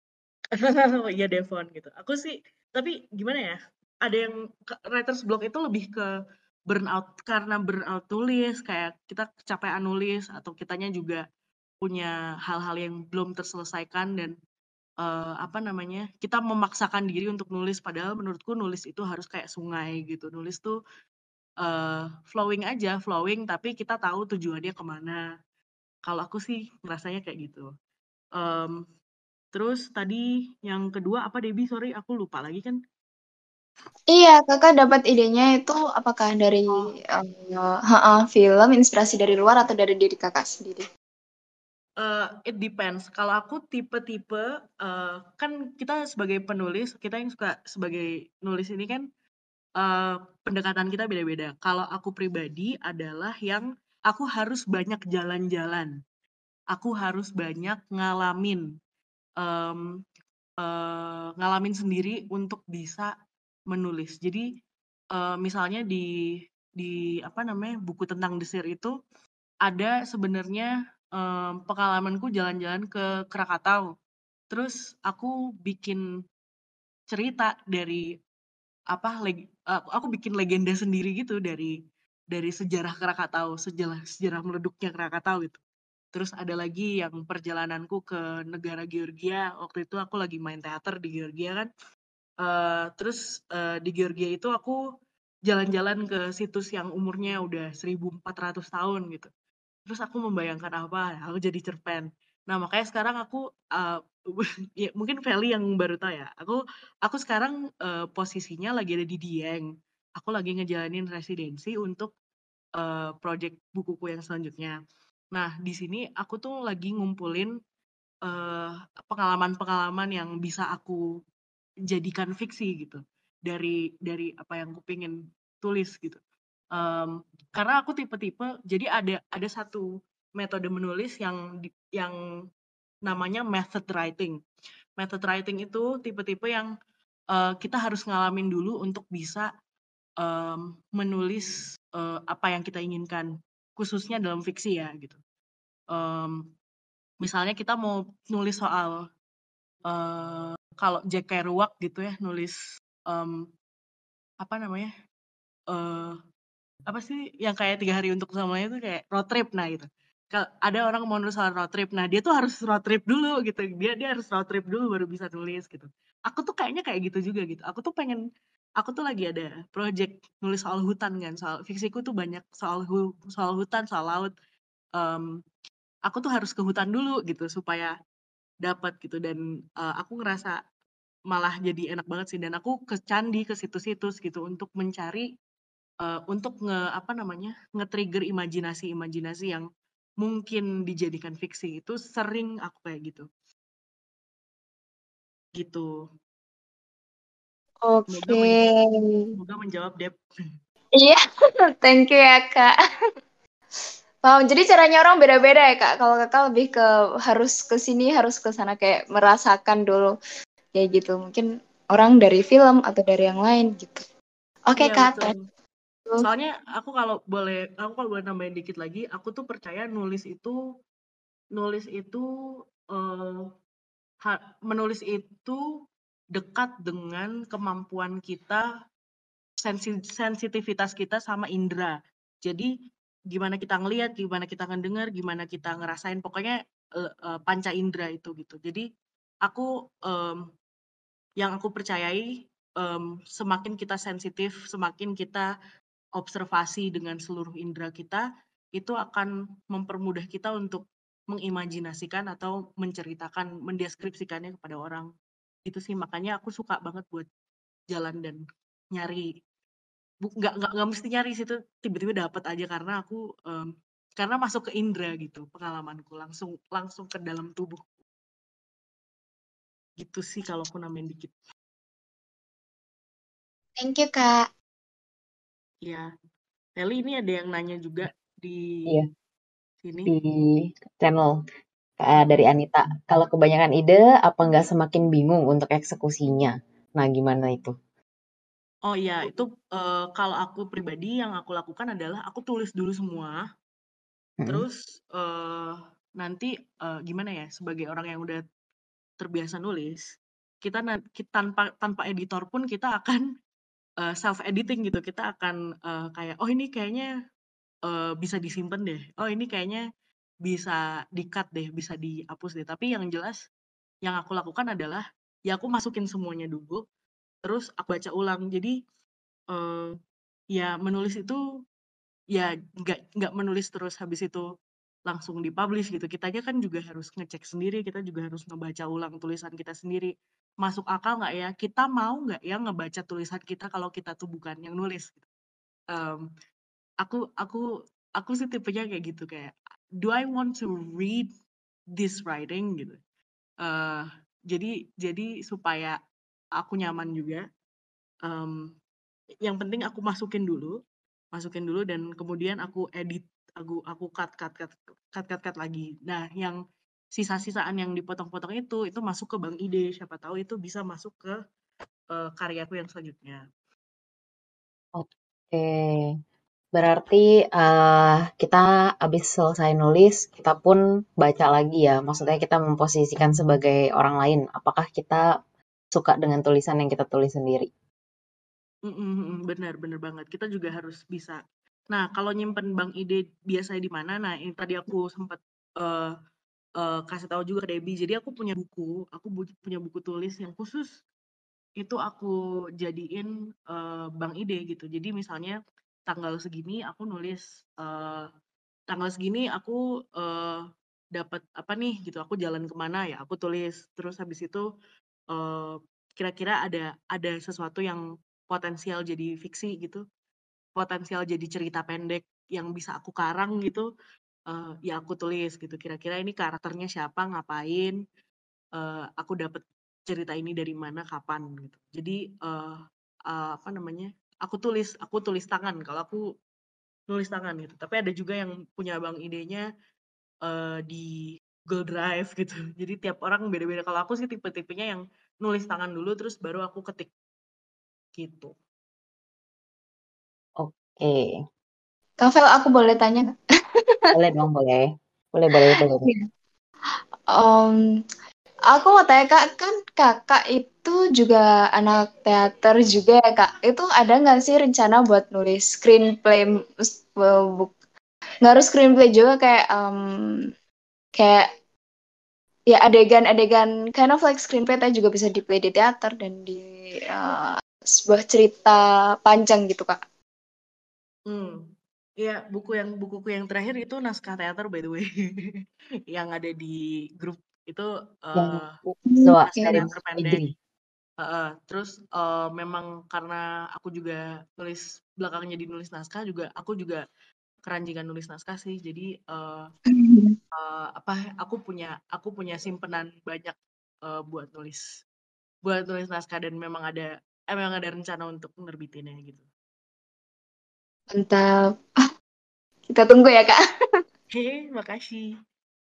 iya Devon gitu. Aku sih tapi gimana ya, ada yang ke writer's block itu lebih ke burnout karena burnout tulis, kayak kita kecapean nulis atau kitanya juga punya hal-hal yang belum terselesaikan dan, eee, apa namanya, kita memaksakan diri untuk nulis padahal menurutku nulis itu harus kayak sungai gitu. Nulis tuh, eee, flowing aja, flowing tapi kita tahu tujuannya ke mana. Kalau aku sih ngerasanya kayak gitu. Mmm, terus tadi yang kedua apa Debbie? Sorry aku lupa lagi kan. Iya, kakak dapat idenya itu apakah dari Oh. eh, heeh, film, inspirasi dari luar atau dari diri kakak sendiri? Eee, it depends. Kalau aku tipe-tipe, eee, kan kita sebagai penulis, kita yang suka sebagai nulis ini kan, eee, pendekatan kita beda-beda. Kalau aku pribadi adalah yang aku harus banyak jalan-jalan, aku harus banyak ngalamin, mmm, eee, ngalamin sendiri untuk bisa menulis. Jadi, eee, misalnya di di apa namanya, buku tentang desir itu ada sebenarnya, mmm, pengalamanku jalan-jalan ke Krakatau. Terus aku bikin cerita dari apa, leg eee, aku bikin legenda sendiri gitu dari dari sejarah Krakatau, sejarah sejarah meleduknya Krakatau gitu. Terus ada lagi yang perjalananku ke negara Georgia, waktu itu aku lagi main teater di Georgia kan, eee, terus, eee, di Georgia itu aku jalan-jalan ke situs yang umurnya udah seribu empat ratus tahun gitu. Terus aku membayangkan apa, aku jadi cerpen. Nah, makanya sekarang aku, eee, ya mungkin Feli yang baru tahu ya, aku aku sekarang, eee, posisinya lagi ada di Dieng. Aku lagi ngejalanin residensi untuk, eee, project bukuku yang selanjutnya. Nah, di sini aku tuh lagi ngumpulin, eee, pengalaman-pengalaman yang bisa aku jadikan fiksi gitu dari dari apa yang aku pengen tulis gitu. Um, karena aku tipe-tipe, jadi ada ada satu metode menulis yang di, yang namanya method writing. Method writing itu tipe-tipe yang uh, kita harus ngalamin dulu untuk bisa um, menulis uh, apa yang kita inginkan, khususnya dalam fiksi ya gitu. Um, misalnya kita mau nulis soal uh, kalau Jack Kerouac gitu ya, nulis um, apa namanya uh, apa sih yang kayak tiga hari untuk selamanya itu kayak road trip, nah gitu. Kalau ada orang mau nulis soal road trip, nah dia tuh harus road trip dulu gitu, dia dia harus road trip dulu baru bisa nulis gitu. Aku tuh kayaknya kayak gitu juga gitu. Aku tuh pengen, aku tuh lagi ada project nulis soal hutan kan, soal fiksiku tuh banyak soal hu, soal hutan, soal laut. Um, aku tuh harus ke hutan dulu gitu supaya dapat gitu, dan uh, aku ngerasa malah jadi enak banget sih, dan aku ke candi ke situs-situs gitu untuk mencari uh, untuk nge apa namanya nge-trigger imajinasi-imajinasi yang mungkin dijadikan fiksi. Itu sering aku kayak gitu gitu. Oke. Semoga men- semoga menjawab Dep. Iya, thank you ya Kak. Paham. Jadi caranya orang beda-beda ya Kak. Kalau Kakak lebih ke harus ke sini, harus ke sana kayak merasakan dulu kayak gitu. Mungkin orang dari film atau dari yang lain gitu. Oke Iya Kak, thank betul. you. Soalnya aku kalau boleh aku kalau boleh nambahin dikit lagi, aku tuh percaya nulis itu nulis itu uh, ha- menulis itu dekat dengan kemampuan kita, sensi- sensitivitas kita sama indera. Jadi gimana kita ngelihat, gimana kita ngedengar, gimana kita ngerasain, pokoknya uh, uh, panca indera itu gitu. Jadi aku um, yang aku percayai, um, semakin kita sensitif, semakin kita observasi dengan seluruh indera kita, itu akan mempermudah kita untuk mengimajinasikan atau menceritakan, mendeskripsikannya kepada orang. Itu sih makanya aku suka banget buat jalan dan nyari, nggak nggak nggak mesti nyari situ, tiba-tiba dapat aja karena aku um, karena masuk ke indera gitu, pengalamanku langsung langsung ke dalam tubuh gitu sih kalau aku nambahin dikit. Thank you Kak. Ya, Nelly ini ada yang nanya juga di Iya, sini. di channel uh, dari Anita. Kalau kebanyakan ide, apa nggak semakin bingung untuk eksekusinya? Nah, gimana itu? Oh iya, itu uh, kalau aku pribadi yang aku lakukan adalah aku tulis dulu semua, Mm-mm. terus uh, nanti uh, gimana ya, sebagai orang yang udah terbiasa nulis, kita, nan- kita tanpa tanpa editor pun kita akan uh, self editing gitu, kita akan uh, kayak oh ini kayaknya uh, bisa disimpan deh, oh ini kayaknya bisa di-cut deh, bisa dihapus deh. Tapi yang jelas yang aku lakukan adalah ya aku masukin semuanya dulu, terus aku baca ulang. Jadi uh, ya menulis itu ya nggak nggak menulis terus habis itu langsung dipublish gitu. Kitanya kan juga harus ngecek sendiri, kita juga harus ngebaca ulang tulisan kita sendiri. Masuk akal nggak ya? Kita mau nggak ya ngebaca tulisan kita kalau kita tuh bukan yang nulis? Um, aku aku aku sih tipenya kayak gitu, kayak do I want to read this writing gitu. Uh, jadi jadi supaya aku nyaman juga. Um, yang penting aku masukin dulu, masukin dulu dan kemudian aku edit, aku aku cut cut cut cut cut, cut lagi. Nah, yang sisa-sisaan yang dipotong-potong itu itu masuk ke bank ide, siapa tahu itu bisa masuk ke uh, karyaku yang selanjutnya. Oke, berarti uh, kita habis selesai nulis, kita pun baca lagi ya. Maksudnya kita memposisikan sebagai orang lain. Apakah kita suka dengan tulisan yang kita tulis sendiri? Mm-mm, benar, benar banget. Kita juga harus bisa. Nah, kalau nyimpen bank ide biasanya di mana? Nah, ini tadi aku sempat uh, uh, kasih tahu juga ke Debbie. Jadi aku punya buku, aku bu- punya buku tulis yang khusus itu aku jadiin uh, bank ide gitu. Jadi misalnya tanggal segini aku nulis, uh, tanggal segini aku uh, dapat apa nih gitu. Aku jalan kemana ya? Aku tulis. Terus habis itu uh, kira-kira ada ada sesuatu yang potensial jadi fiksi gitu, potensial jadi cerita pendek yang bisa aku karang gitu. Uh, ya aku tulis gitu. Kira-kira ini karakternya siapa, ngapain? Uh, aku dapat cerita ini dari mana, kapan gitu. Jadi uh, uh, apa namanya? Aku tulis, aku tulis tangan. Kalau aku nulis tangan gitu. Tapi ada juga yang punya bang idenya uh, di Google Drive gitu. Jadi tiap orang beda-beda. Kalau aku sih tipe-tipenya yang nulis tangan dulu terus baru aku ketik gitu. Oke. Kavel, aku boleh tanya nggak? Boleh dong, boleh. Boleh, boleh, boleh. boleh. Um, aku mau tanya kak, kan kakak itu juga anak teater juga ya kak. Itu ada nggak sih rencana buat nulis screenplay? mus- bu- bu- Nggak harus screenplay juga kayak um, kayak ya adegan-adegan kind of like screenplay tapi juga bisa di play di teater dan di uh, sebuah cerita panjang gitu kak. Hmm. Iya, buku yang bukuku yang terakhir itu naskah teater by the way. Yang ada di grup itu Yang uh, Zoa naskah dari teater pendek. Negeri. Heeh. Terus uh, memang karena aku juga nulis belakang jadi nulis naskah juga aku juga keranjingan nulis naskah sih. Jadi uh, uh, apa aku punya aku punya simpenan banyak uh, buat nulis buat nulis naskah dan memang ada eh, memang ada rencana untuk menerbitinnya gitu. Mantap. Ah, kita tunggu ya kak. Hehe, makasih.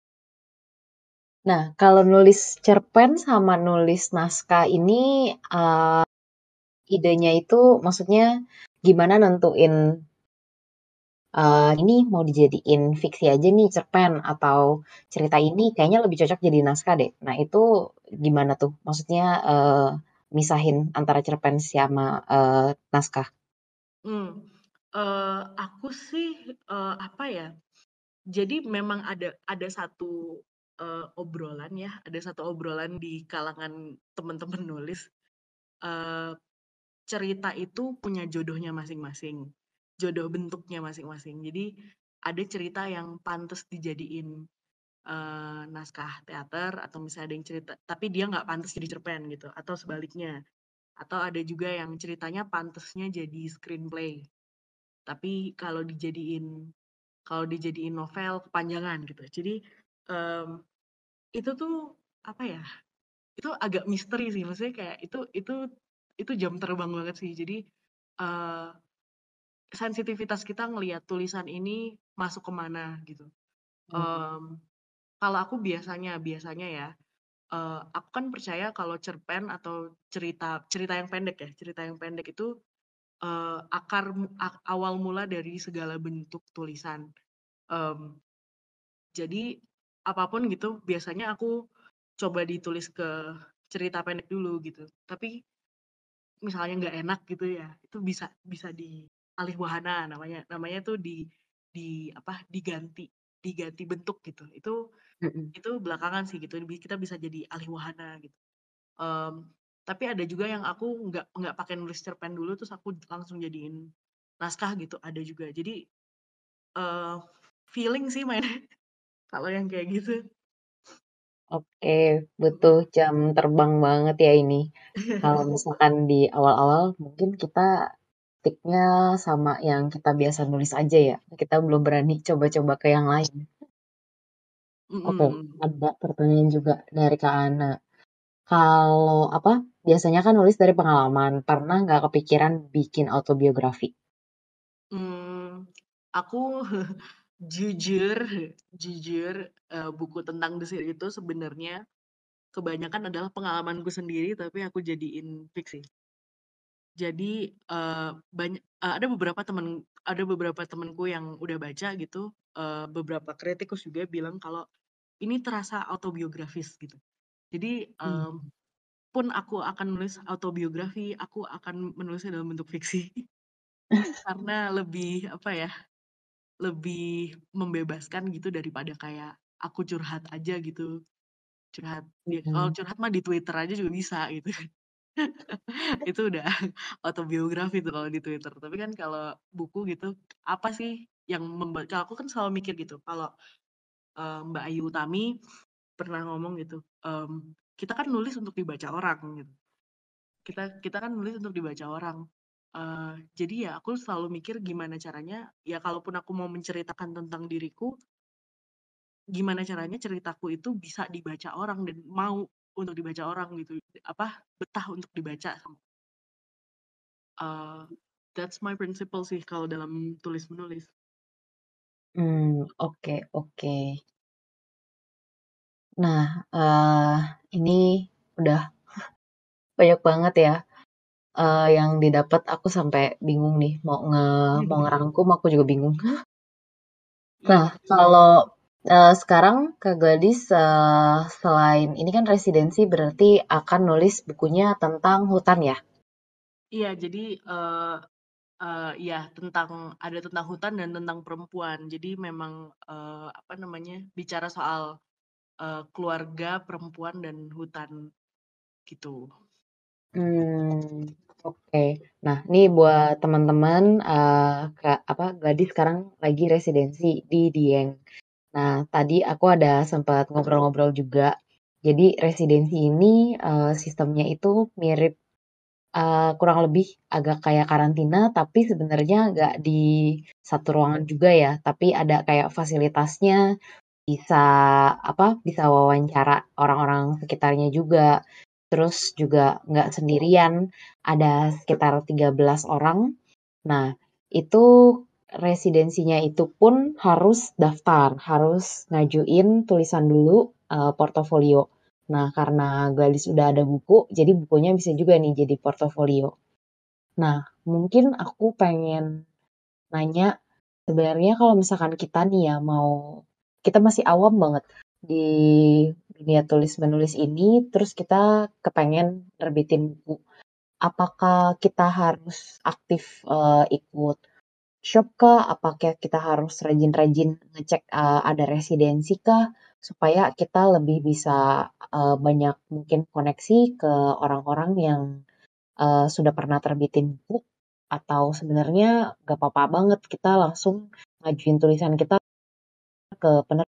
Nah, kalau nulis cerpen sama nulis naskah ini uh, idenya itu maksudnya gimana nentuin uh, ini mau dijadiin fiksi aja nih cerpen atau cerita ini kayaknya lebih cocok jadi naskah deh. Nah, itu gimana tuh? Maksudnya uh, misahin antara cerpen sama uh, naskah. Hmm. Uh, aku sih uh, apa ya? Jadi memang ada ada satu uh, obrolan ya, ada satu obrolan di kalangan teman-teman nulis. Uh, cerita itu punya jodohnya masing-masing, jodoh bentuknya masing-masing. Jadi ada cerita yang pantas dijadiin uh, naskah teater atau misalnya ada yang cerita, tapi dia nggak pantas jadi cerpen gitu, atau sebaliknya. Atau ada juga yang ceritanya pantasnya jadi screenplay, tapi kalau dijadiin kalau dijadiin novel kepanjangan gitu. Jadi um, itu tuh apa ya? Itu agak misteri sih, maksudnya kayak itu itu itu jam terbang banget sih. Jadi uh, sensitivitas kita ngelihat tulisan ini masuk kemana gitu. Um, kalau aku biasanya biasanya ya, uh, aku kan percaya kalau cerpen atau cerita cerita yang pendek ya, cerita yang pendek itu uh, akar a- awal mula dari segala bentuk tulisan. Um, jadi apapun gitu, biasanya aku coba ditulis ke cerita pendek dulu gitu. Tapi misalnya nggak enak gitu ya, itu bisa bisa dialih wahana namanya. Namanya tuh di di apa? diganti diganti bentuk gitu. Itu Mm-mm. itu belakangan sih gitu. Kita bisa jadi alih wahana gitu. Um, tapi ada juga yang aku nggak nggak pakai nulis cerpen dulu terus aku langsung jadiin naskah gitu. Ada juga. Jadi uh, feeling sih mainnya kalau yang kayak gitu. Oke, butuh jam terbang banget ya ini. Kalau misalkan di awal-awal mungkin kita tiknya sama yang kita biasa nulis aja ya. Kita belum berani coba-coba ke yang lain. Oke, Mm-mm. ada pertanyaan juga dari Kak Ana. Kalau apa? Biasanya kan nulis dari pengalaman. Pernah nggak kepikiran bikin autobiografi? Hmm, aku jujur, jujur eh, buku tentang desir itu sebenarnya kebanyakan adalah pengalamanku sendiri, tapi aku jadiin fiksi. Jadi eh, banyak eh, ada beberapa temen ada beberapa temenku yang udah baca gitu, eh, beberapa kritikus juga bilang kalau ini terasa autobiografis gitu. Jadi Hmm. em, pun aku akan menulis autobiografi, aku akan menulisnya dalam bentuk fiksi karena lebih apa ya? Lebih membebaskan gitu daripada kayak aku curhat aja gitu. Curhat dia kalau Mm-mm. curhat mah di Twitter aja juga bisa gitu. Itu udah autobiografi tuh kalau di Twitter. Tapi kan kalau buku gitu, apa sih yang membuat kalau aku kan selalu mikir gitu. Kalau eh, Mbak Ayu Utami pernah ngomong gitu, em, kita kan nulis untuk dibaca orang gitu. Kita kita kan nulis untuk dibaca orang. Eh, jadi ya aku selalu mikir gimana caranya ya kalaupun aku mau menceritakan tentang diriku gimana caranya ceritaku itu bisa dibaca orang dan mau untuk dibaca orang gitu, apa, betah untuk dibaca. Uh, that's my principle sih kalau dalam tulis menulis. Hmm, oke, oke. Nah, uh, ini udah banyak banget ya uh, yang didapat. Aku sampai bingung nih mau nge mau ngerangkum, aku juga bingung. Nah, kalau uh, sekarang Kak Gladys uh, selain ini kan residensi berarti akan nulis bukunya tentang hutan ya? Iya, jadi uh, uh, ya tentang ada tentang hutan dan tentang perempuan. Jadi memang uh, apa namanya bicara soal uh, keluarga, perempuan dan hutan gitu. Hmm, oke. Nah, ini buat teman-teman uh, Kak apa Gladys sekarang lagi residensi di Dieng. Nah, tadi aku ada sempat ngobrol-ngobrol juga. Jadi residensi ini uh, sistemnya itu mirip uh, kurang lebih agak kayak karantina, tapi sebenarnya nggak di satu ruangan juga ya. Tapi ada kayak fasilitasnya, bisa apa? Bisa wawancara orang-orang sekitarnya juga. Terus juga nggak sendirian, ada sekitar tiga belas orang. Nah, itu residensinya itu pun harus daftar, harus ngajuin tulisan dulu uh, portofolio. Nah, karena Gladys udah ada buku, jadi bukunya bisa juga nih jadi portofolio. Nah, mungkin aku pengen nanya, sebenarnya kalau misalkan kita nih ya mau, kita masih awam banget di dunia tulis-menulis ini, terus kita kepengen nerbitin buku. Apakah kita harus aktif uh, ikut shop kah? Apakah kita harus rajin-rajin ngecek uh, ada residensi kah? Supaya kita lebih bisa uh, banyak mungkin koneksi ke orang-orang yang uh, sudah pernah terbitin buku. Atau sebenarnya gak apa-apa banget kita langsung ngajuin tulisan kita ke penerbit.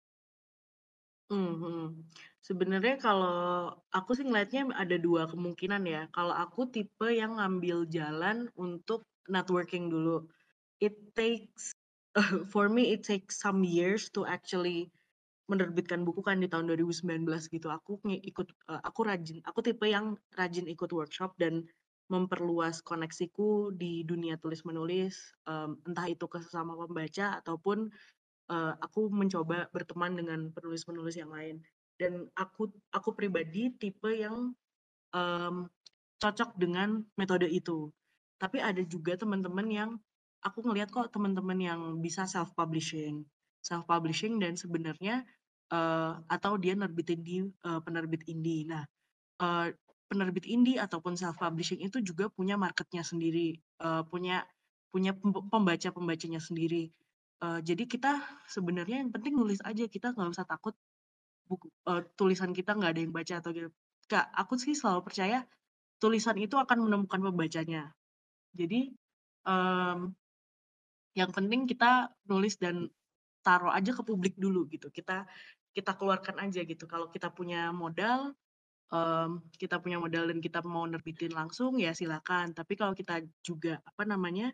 Mhm. Sebenarnya kalau aku sih ngeliatnya ada dua kemungkinan ya. Kalau aku tipe yang ngambil jalan untuk networking dulu. It takes for me it takes some years to actually menerbitkan buku kan di tahun dua ribu sembilan belas gitu. Aku ngi- ikut eh, aku rajin, aku tipe yang rajin ikut workshop dan memperluas koneksiku di dunia tulis menulis, em, entah itu ke sesama pembaca ataupun uh, aku mencoba berteman dengan penulis-penulis yang lain. Dan aku aku pribadi tipe yang um, cocok dengan metode itu. Tapi ada juga teman-teman yang aku ngelihat kok teman-teman yang bisa self publishing, self publishing dan sebenarnya uh, atau dia nerbitin di uh, penerbit indie. Nah, uh, penerbit indie ataupun self publishing itu juga punya marketnya sendiri, uh, punya punya pembaca-pembacanya sendiri. Uh, jadi kita sebenarnya yang penting nulis aja, kita nggak usah takut buku, uh, tulisan kita nggak ada yang baca atau gitu. Kak, aku sih selalu percaya tulisan itu akan menemukan pembacanya. Jadi um, yang penting kita nulis dan taruh aja ke publik dulu gitu. Kita kita keluarkan aja gitu. Kalau kita punya modal, um, kita punya modal dan kita mau nerbitin langsung ya silakan. Tapi kalau kita juga apa namanya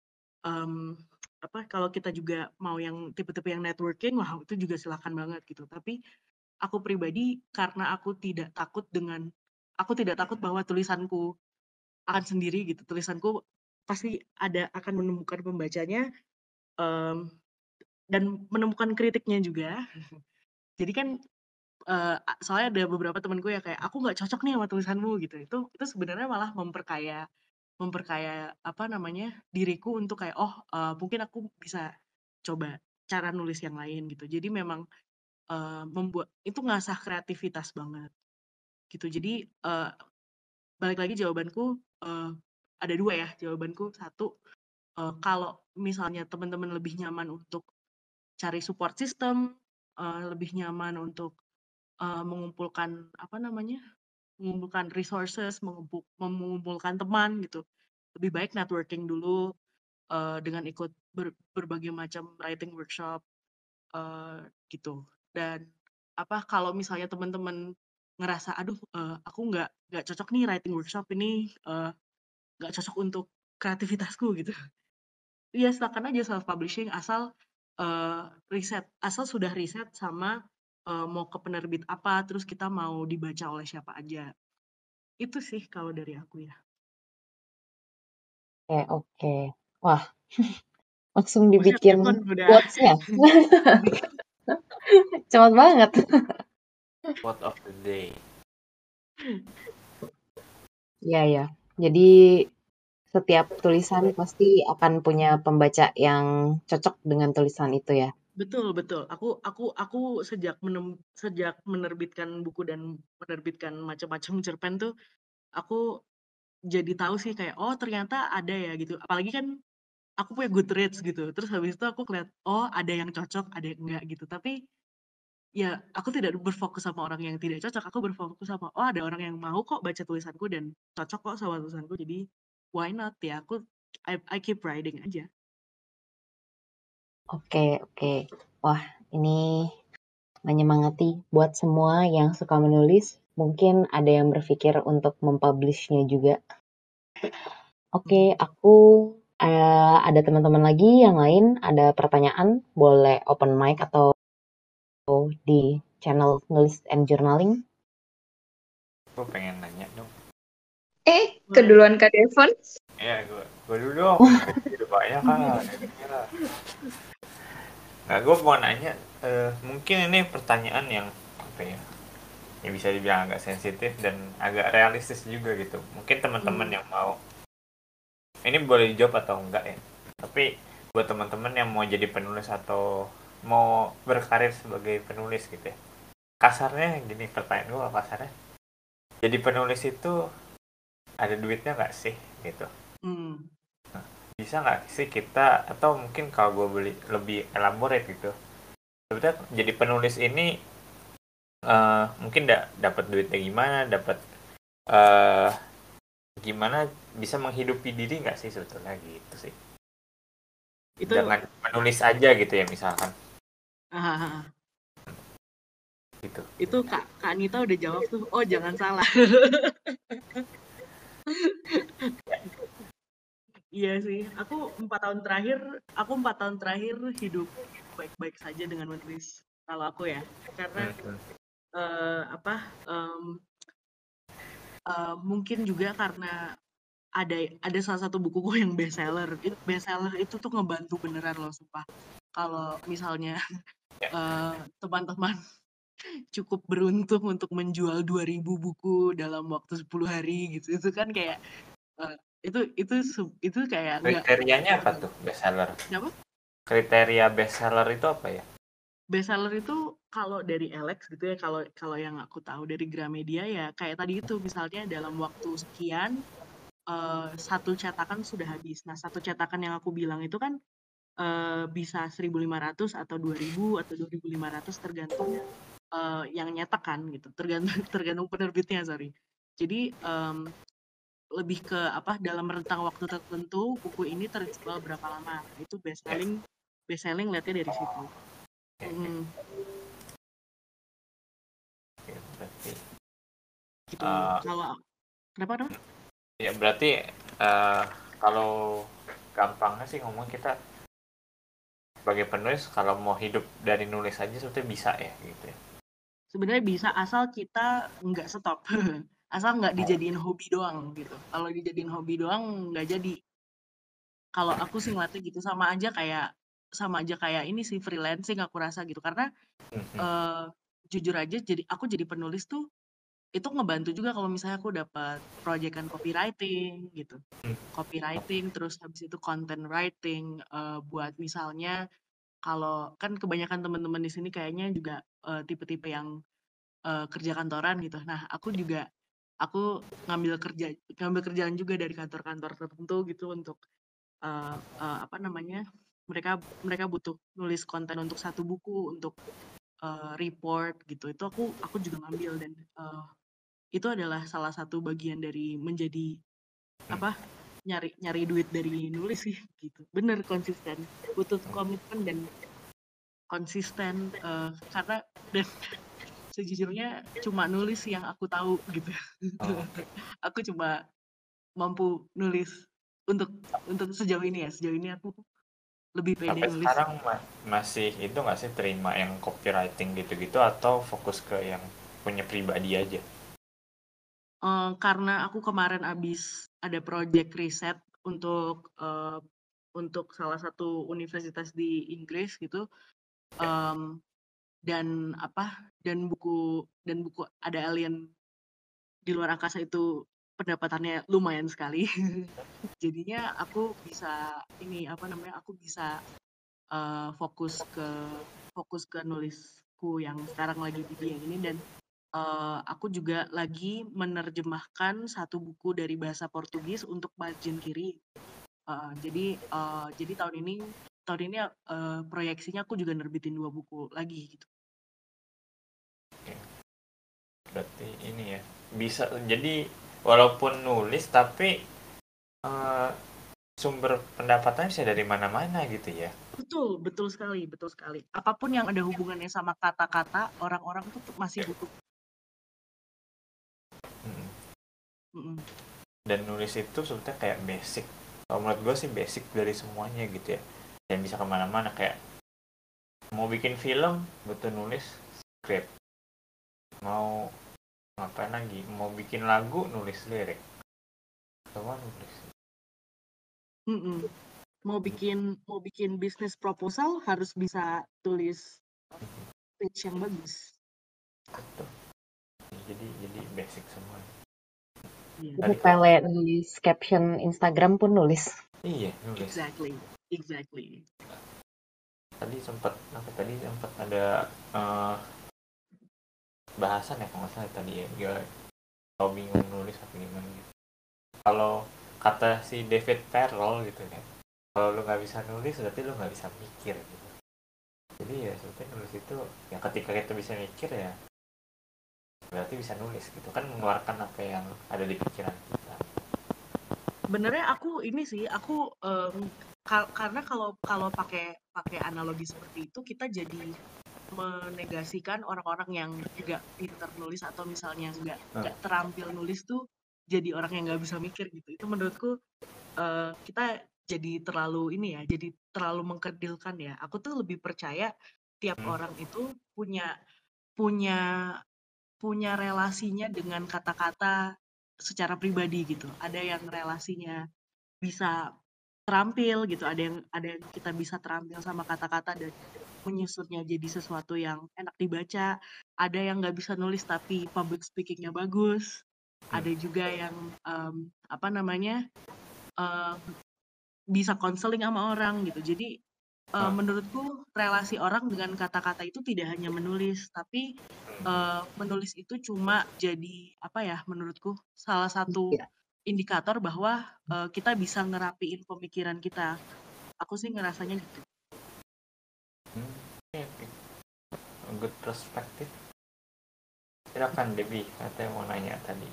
um, apa kalau kita juga mau yang tipe-tipe yang networking, wah itu juga silakan banget gitu. Tapi aku pribadi karena aku tidak takut dengan aku tidak takut bahwa tulisanku akan sendiri gitu. Tulisanku pasti ada akan menemukan pembacanya um, dan menemukan kritiknya juga. Jadi kan uh, soalnya ada beberapa temanku ya kayak aku nggak cocok nih sama tulisanmu gitu. Itu itu sebenarnya malah memperkaya memperkaya apa namanya diriku untuk kayak oh uh, mungkin aku bisa coba cara nulis yang lain gitu. Jadi memang uh, membuat itu ngasah kreativitas banget gitu. Jadi uh, balik lagi jawabanku uh, ada dua ya jawabanku. Satu, uh, kalau misalnya teman-teman lebih nyaman untuk cari support system, uh, lebih nyaman untuk uh, mengumpulkan apa namanya mengumpulkan resources, mengumpul, mengumpulkan teman gitu. Lebih baik networking dulu uh, dengan ikut ber, berbagai macam writing workshop uh, gitu. Dan apa kalau misalnya teman-teman ngerasa aduh uh, aku nggak nggak cocok nih writing workshop ini uh, nggak cocok untuk kreativitasku gitu. Iya silakan aja self publishing asal uh, riset asal sudah riset sama uh, mau ke penerbit apa, terus kita mau dibaca oleh siapa aja. Itu sih kalau dari aku ya. Oke, oke. Wah, langsung Buset, dibikin Devon udah quotes-nya. bikin. Cepat banget. Quote of the day. Iya, ya. Jadi setiap tulisan pasti akan punya pembaca yang cocok dengan tulisan itu ya. Betul, betul. Aku aku aku sejak menem, sejak menerbitkan buku dan menerbitkan macam-macam cerpen tuh, aku jadi tahu sih kayak oh ternyata ada ya gitu. Apalagi kan aku punya Goodreads gitu. Terus habis itu aku ngeliat oh ada yang cocok, ada yang enggak gitu. Tapi ya aku tidak berfokus sama orang yang tidak cocok. Aku berfokus sama oh ada orang yang mau kok baca tulisanku dan cocok kok sama tulisanku. Jadi why not ya? Aku I, I keep writing aja. Oke, oke. Wah, ini menyemangati buat semua yang suka menulis. Mungkin ada yang berpikir untuk mempublishnya juga. Oke, aku uh, ada teman-teman lagi yang lain, ada pertanyaan, boleh open mic atau di channel Nulis and Journaling. Gue pengen nanya dong. Eh, keduluan Kak Devon. Iya, gue gue dulu dong. Udah banyak kan. Nah, gue mau nanya, uh, mungkin ini pertanyaan yang apa ya? Ya bisa dibilang agak sensitif dan agak realistis juga gitu. Mungkin teman-teman Hmm. yang mau, ini boleh dijawab atau enggak ya. Tapi buat teman-teman yang mau jadi penulis atau mau berkarir sebagai penulis gitu ya. Kasarnya gini, pertanyaan gue kasarnya. Jadi penulis itu ada duitnya nggak sih gitu? Hmm. Bisa nggak sih kita, atau mungkin kalau gue beli lebih elaborate gitu, sebetulnya jadi penulis ini uh, mungkin da- dapat duitnya gimana, dapat uh, gimana bisa menghidupi diri nggak sih sebetulnya gitu sih, Itu dengan menulis aja gitu ya misalkan ah, gitu. itu Kak, Kak Anita udah jawab tuh. Oh jangan salah. Iya sih. Aku empat tahun terakhir, aku empat tahun terakhir hidup baik-baik saja dengan menulis. Kalau aku ya, karena Hmm. uh, apa? Um, uh, mungkin juga karena ada ada salah satu bukuku yang bestseller. Itu bestseller itu tuh ngebantu beneran loh, sumpah. Kalau misalnya uh, teman-teman cukup beruntung untuk menjual dua ribu buku dalam waktu sepuluh hari gitu. Itu kan kayak uh, itu itu itu kayak nggak Kriterianya apa tuh bestseller? Kenapa? Kriteria bestseller itu apa ya? Bestseller itu kalau dari Alex gitu ya, kalau kalau yang aku tahu dari Gramedia ya kayak tadi itu misalnya dalam waktu sekian uh, satu cetakan sudah habis. Nah, satu cetakan yang aku bilang itu kan uh, bisa seribu lima ratus atau dua ribu atau dua ribu lima ratus tergantung uh, yang nyetak kan gitu. Tergantung tergantung penerbitnya, sorry. Jadi um, lebih ke apa dalam rentang waktu tertentu buku ini terjual berapa lama. Nah, itu best selling best selling lihatnya dari situ. Mm, Ya, berarti gitu. uh, Kalau kenapa dong? ya berarti uh, kalau gampangnya sih ngomong, kita sebagai penulis kalau mau hidup dari nulis aja sebetulnya bisa ya gitu ya. Sebenarnya bisa asal kita nggak stop. Asal nggak dijadiin hobi doang gitu. Kalau dijadiin hobi doang nggak jadi. Kalau aku sih ngeliatnya gitu sama aja kayak sama aja kayak ini sih freelancing aku rasa gitu karena Hmm. uh, jujur aja jadi aku jadi penulis tuh itu ngebantu juga kalau misalnya aku dapat proyekan copywriting gitu. Hmm. Copywriting terus habis itu content writing uh, buat misalnya kalau kan kebanyakan teman-teman di sini kayaknya juga uh, tipe-tipe yang uh, kerja kantoran gitu. Nah, aku juga aku ngambil kerja ngambil kerjaan juga dari kantor-kantor tertentu gitu untuk uh, uh, apa namanya? Mereka mereka butuh nulis konten untuk satu buku, untuk uh, report gitu. Itu aku aku juga ngambil dan uh, itu adalah salah satu bagian dari menjadi apa? nyari nyari duit dari nulis sih gitu. Bener konsisten. Butuh komitmen dan konsisten uh, karena dan sejujurnya cuma nulis yang aku tahu gitu. Oh. Aku cuma mampu nulis untuk untuk sejauh ini ya. Sejauh ini aku lebih pede Sampai nulis. sekarang ma- masih itu nggak sih terima yang copywriting gitu-gitu atau fokus ke yang punya pribadi aja? Eh, karena aku kemarin abis ada project riset untuk eh, untuk salah satu universitas di Inggris gitu, em, dan apa dan buku dan buku ada alien di luar angkasa itu pendapatannya lumayan sekali. Jadinya aku bisa ini apa namanya aku bisa eh, fokus ke fokus ke nulisku yang sekarang lagi di yang ini, dan eh, aku juga lagi menerjemahkan satu buku dari bahasa Portugis untuk margin kiri. Eh, jadi eh, jadi tahun ini tahun ini eh, proyeksinya aku juga nerbitin dua buku lagi gitu. Oke. Berarti ini ya bisa jadi walaupun nulis tapi eh, sumber pendapatannya bisa dari mana-mana gitu ya. Betul, betul sekali, betul sekali. Apapun yang ada hubungannya sama kata-kata, orang-orang tuh masih butuh. Mm. Mm-mm. Dan nulis itu sebetulnya kayak basic. Kalau menurut gue sih basic dari semuanya gitu ya. Dan bisa kemana-mana kayak mau bikin film butuh nulis script. Mau ngapain lagi? Mau bikin lagu nulis lirik. Semua nulis. Mm-mm. Mau bikin mau bikin bisnis proposal harus bisa tulis pitch yang bagus. Betul. Jadi jadi basic semua. Iya. Itu Tadi kalau pele nulis caption Instagram pun nulis. iya nulis. Exactly, exactly. Tadi sempat apa tadi sempat ada eh, bahasan ya kalau nggak salah tadi ya. Gila, kalau bingung nulis apa gimana gitu. Kalau kata si David Perrell gitu kan, kalau lu nggak bisa nulis berarti lu nggak bisa mikir gitu. Jadi ya sebetulnya nulis itu ya ketika kita bisa mikir ya berarti bisa nulis gitu kan, mengeluarkan apa yang ada di pikiran kita. Sebenarnya aku ini sih, aku em, ka- karena kalau kalau pakai pakai analogi seperti itu kita jadi menegasikan orang-orang yang nggak pinter nulis atau misalnya nggak Nah, nggak terampil nulis tuh jadi orang yang nggak bisa mikir gitu. Itu menurutku eh, kita jadi terlalu ini ya, jadi terlalu mengkerdilkan ya. Aku tuh lebih percaya tiap hmm, orang itu punya punya punya relasinya dengan kata-kata secara pribadi gitu. Ada yang relasinya bisa terampil gitu, ada yang ada yang kita bisa terampil sama kata-kata dan menyusutnya jadi sesuatu yang enak dibaca. Ada yang nggak bisa nulis tapi public speaking-nya bagus. hmm, Ada juga yang em, apa namanya eh, bisa konseling sama orang gitu. Jadi eh, ah, menurutku relasi orang dengan kata-kata itu tidak hanya menulis, tapi hmm, eh, menulis itu cuma jadi apa ya? Menurutku salah satu Ya. indikator bahwa eh, kita bisa ngerapiin pemikiran kita. Aku sih ngerasanya gitu. hmm, oke, oke. Good perspective. Silakan Debbie, katanya mau nanya tadi.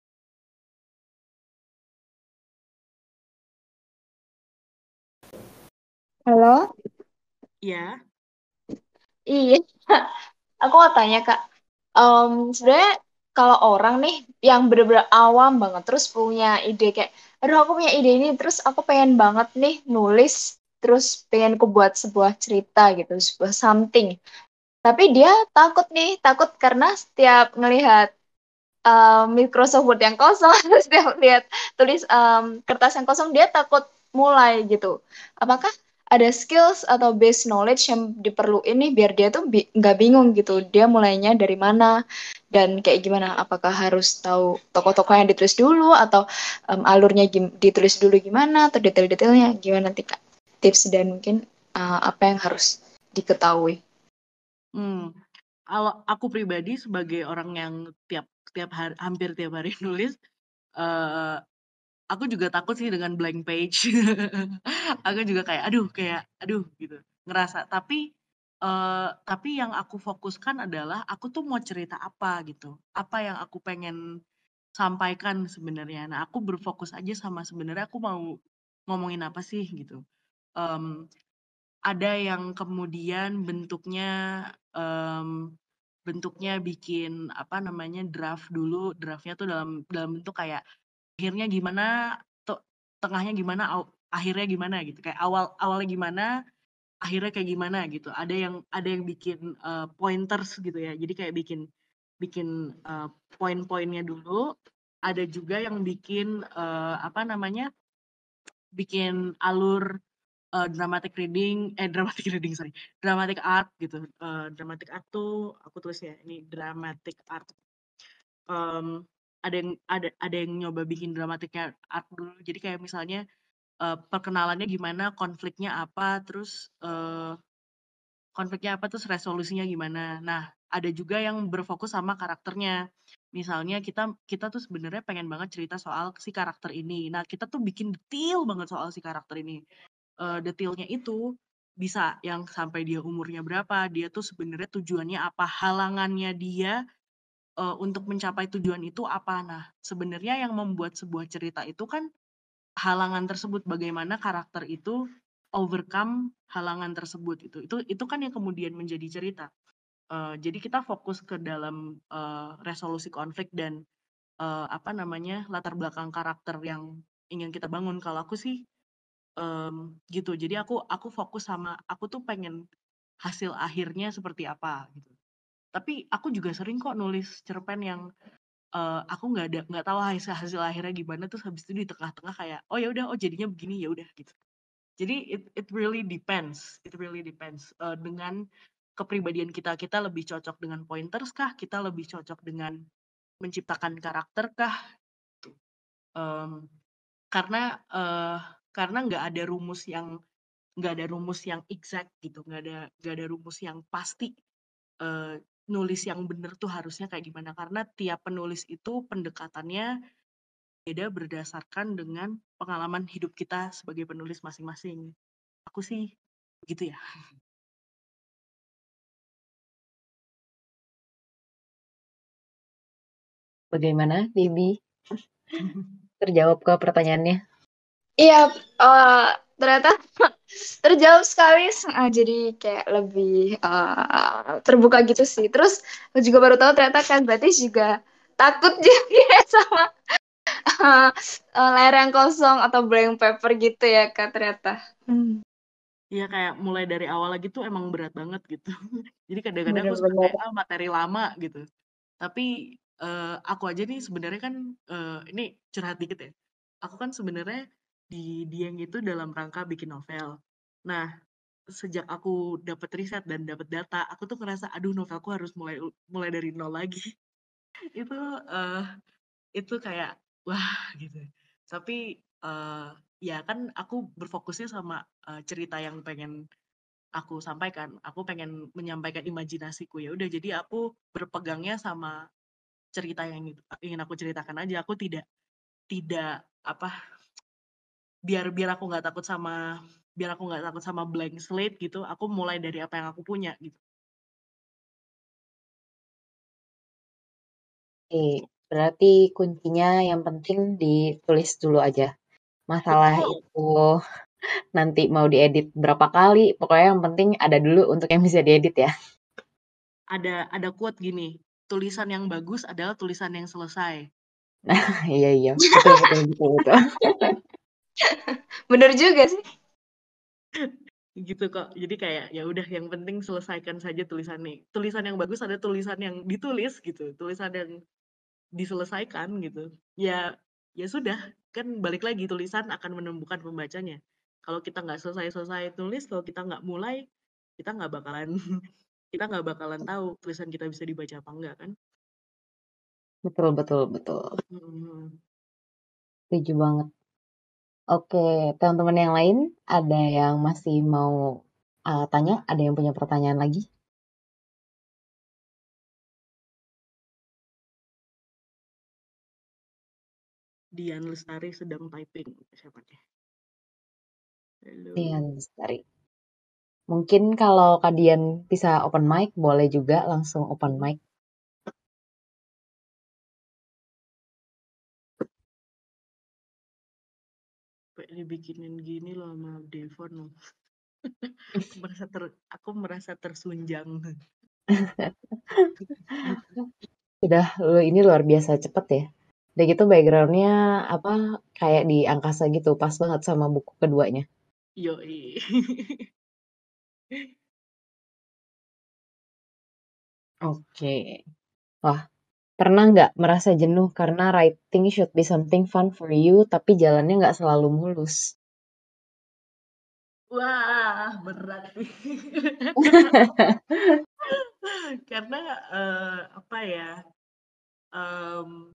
Halo? Ya, Iya. Aku mau tanya, Kak. Em, sebenarnya kalau orang nih yang bener-bener awam banget terus punya ide kayak, aduh aku punya ide ini, terus aku pengen banget nih nulis, terus pengen aku buat sebuah cerita gitu, sebuah something. Tapi dia takut nih, takut karena setiap ngelihat uh, Microsoft Word yang kosong, terus dia lihat tulis um, kertas yang kosong, dia takut mulai gitu. Apakah ada skills atau base knowledge yang diperluin nih biar dia tuh bi- nggak bingung gitu, dia mulainya dari mana dan kayak gimana? Apakah harus tahu tokoh-tokoh yang ditulis dulu atau um, alurnya gim- ditulis dulu gimana atau detail-detailnya gimana nanti Kak? Tips dan mungkin uh, apa yang harus diketahui? hmm. Kalau aku pribadi sebagai orang yang tiap tiap hari hampir tiap hari nulis, eh, aku juga takut sih dengan blank page. Aku juga kayak aduh kayak aduh gitu ngerasa. Tapi eh, tapi yang aku fokuskan adalah aku tuh mau cerita apa gitu. Apa yang aku pengen sampaikan sebenarnya. Nah, aku berfokus aja sama sebenarnya aku mau ngomongin apa sih gitu. Em, ada yang kemudian bentuknya em, bentuknya bikin apa namanya draft dulu. Draftnya tuh dalam dalam bentuk kayak akhirnya gimana tuh tengahnya gimana akhirnya gimana gitu. Kayak awal awalnya gimana, akhirnya kayak gimana gitu. Ada yang ada yang bikin uh, pointers gitu ya. Jadi kayak bikin bikin uh, poin-poinnya dulu. Ada juga yang bikin uh, apa namanya? bikin alur uh, dramatic reading, eh dramatic reading sorry, dramatic art gitu. Uh, dramatic art tuh aku tulis ya, ini dramatic art. Um, ada yang ada ada yang nyoba bikin dramatiknya art dulu. Jadi kayak misalnya uh, perkenalannya gimana, konfliknya apa, terus uh, konfliknya apa, terus resolusinya gimana. Nah, ada juga yang berfokus sama karakternya. Misalnya kita kita tuh sebenarnya pengen banget cerita soal si karakter ini. Nah, kita tuh bikin detail banget soal si karakter ini. Uh, detailnya itu bisa yang sampai dia umurnya berapa, dia tuh sebenarnya tujuannya apa, halangannya dia uh, untuk mencapai tujuan itu apa. Nah, sebenarnya yang membuat sebuah cerita itu kan halangan tersebut, bagaimana karakter itu overcome halangan tersebut itu. Itu itu kan yang kemudian menjadi cerita. Uh, jadi kita fokus ke dalam uh, resolusi konflik dan uh, apa namanya latar belakang karakter yang ingin kita bangun. Kalau aku sih um, gitu. Jadi aku aku fokus sama aku tuh pengen hasil akhirnya seperti apa gitu. Tapi aku juga sering kok nulis cerpen yang uh, aku nggak ada nggak tahu hasil hasil akhirnya gimana, terus habis itu di tengah-tengah kayak oh ya udah oh jadinya begini ya udah gitu. Jadi it it really depends, it really depends uh, dengan kepribadian kita, kita lebih cocok dengan pointers kah, kita lebih cocok dengan menciptakan karakter kah? Um, karena uh, karena nggak ada rumus yang nggak ada rumus yang exact gitu, nggak ada nggak ada rumus yang pasti uh, nulis yang bener tuh harusnya kayak gimana, karena tiap penulis itu pendekatannya beda berdasarkan dengan pengalaman hidup kita sebagai penulis masing-masing. Aku sih begitu ya. Bagaimana, Bibi? Terjawab ke pertanyaannya? Iya, uh, ternyata terjawab sekali. Uh, jadi kayak lebih uh, terbuka gitu sih. Terus aku juga baru tahu ternyata kan berarti juga takut juga sama uh, uh, layar yang kosong atau blank paper gitu ya Kak ternyata. Hmm. Iya kayak mulai dari awal lagi tuh emang berat banget gitu. Jadi kadang-kadang aku suka Bener-bener. kayak ah materi lama gitu. Tapi uh, aku aja nih sebenarnya kan uh, ini curhat dikit ya. Aku kan sebenarnya di Dieng itu dalam rangka bikin novel. Nah, sejak aku dapat riset dan dapat data, aku tuh ngerasa aduh novelku harus mulai mulai dari nol lagi. itu uh, itu kayak wah gitu. Tapi uh, ya kan aku berfokusnya sama uh, cerita yang pengen aku sampaikan. Aku pengen menyampaikan imajinasiku, ya udah jadi aku berpegangnya sama cerita yang itu- ingin aku ceritakan aja. Aku tidak tidak apa biar biar aku nggak takut sama biar aku nggak takut sama blank slate gitu. Aku mulai dari apa yang aku punya gitu. Oke, berarti kuncinya yang penting ditulis dulu aja. Masalah Betul. itu nanti mau diedit berapa kali, pokoknya yang penting ada dulu untuk yang bisa diedit ya. Ada ada quote gini, tulisan yang bagus adalah tulisan yang selesai. Nah, iya iya, betul betul betul betul. Bener juga sih. Gitu kok. Jadi kayak ya udah yang penting selesaikan saja tulisan nih. Tulisan yang bagus ada tulisan yang ditulis gitu, tulisan yang diselesaikan gitu. Ya ya sudah, kan balik lagi tulisan akan menemukan pembacanya. Kalau kita nggak selesai-selesai tulis, kalau kita nggak mulai, kita nggak bakalan kita nggak bakalan tahu tulisan kita bisa dibaca apa enggak kan. Betul betul betul. Hmm. Setuju banget. Oke, teman-teman yang lain ada yang masih mau uh, tanya? Ada yang punya pertanyaan lagi? Dian Lestari sedang typing siapa nih? Halo. Dian Lestari. Mungkin kalau Kak Dian bisa open mic, boleh juga langsung open mic. Kayak dibikinin gini loh sama Devon loh. merasa ter, aku merasa tersunjang. Sudah, lu ini luar biasa cepet ya. Udah gitu background-nya apa kayak di angkasa gitu, pas banget sama buku keduanya. Yoi. Oke. Wah, pernah nggak merasa jenuh karena writing should be something fun for you, tapi jalannya nggak selalu mulus? Wah, berat nih. Karena eh, apa ya? em,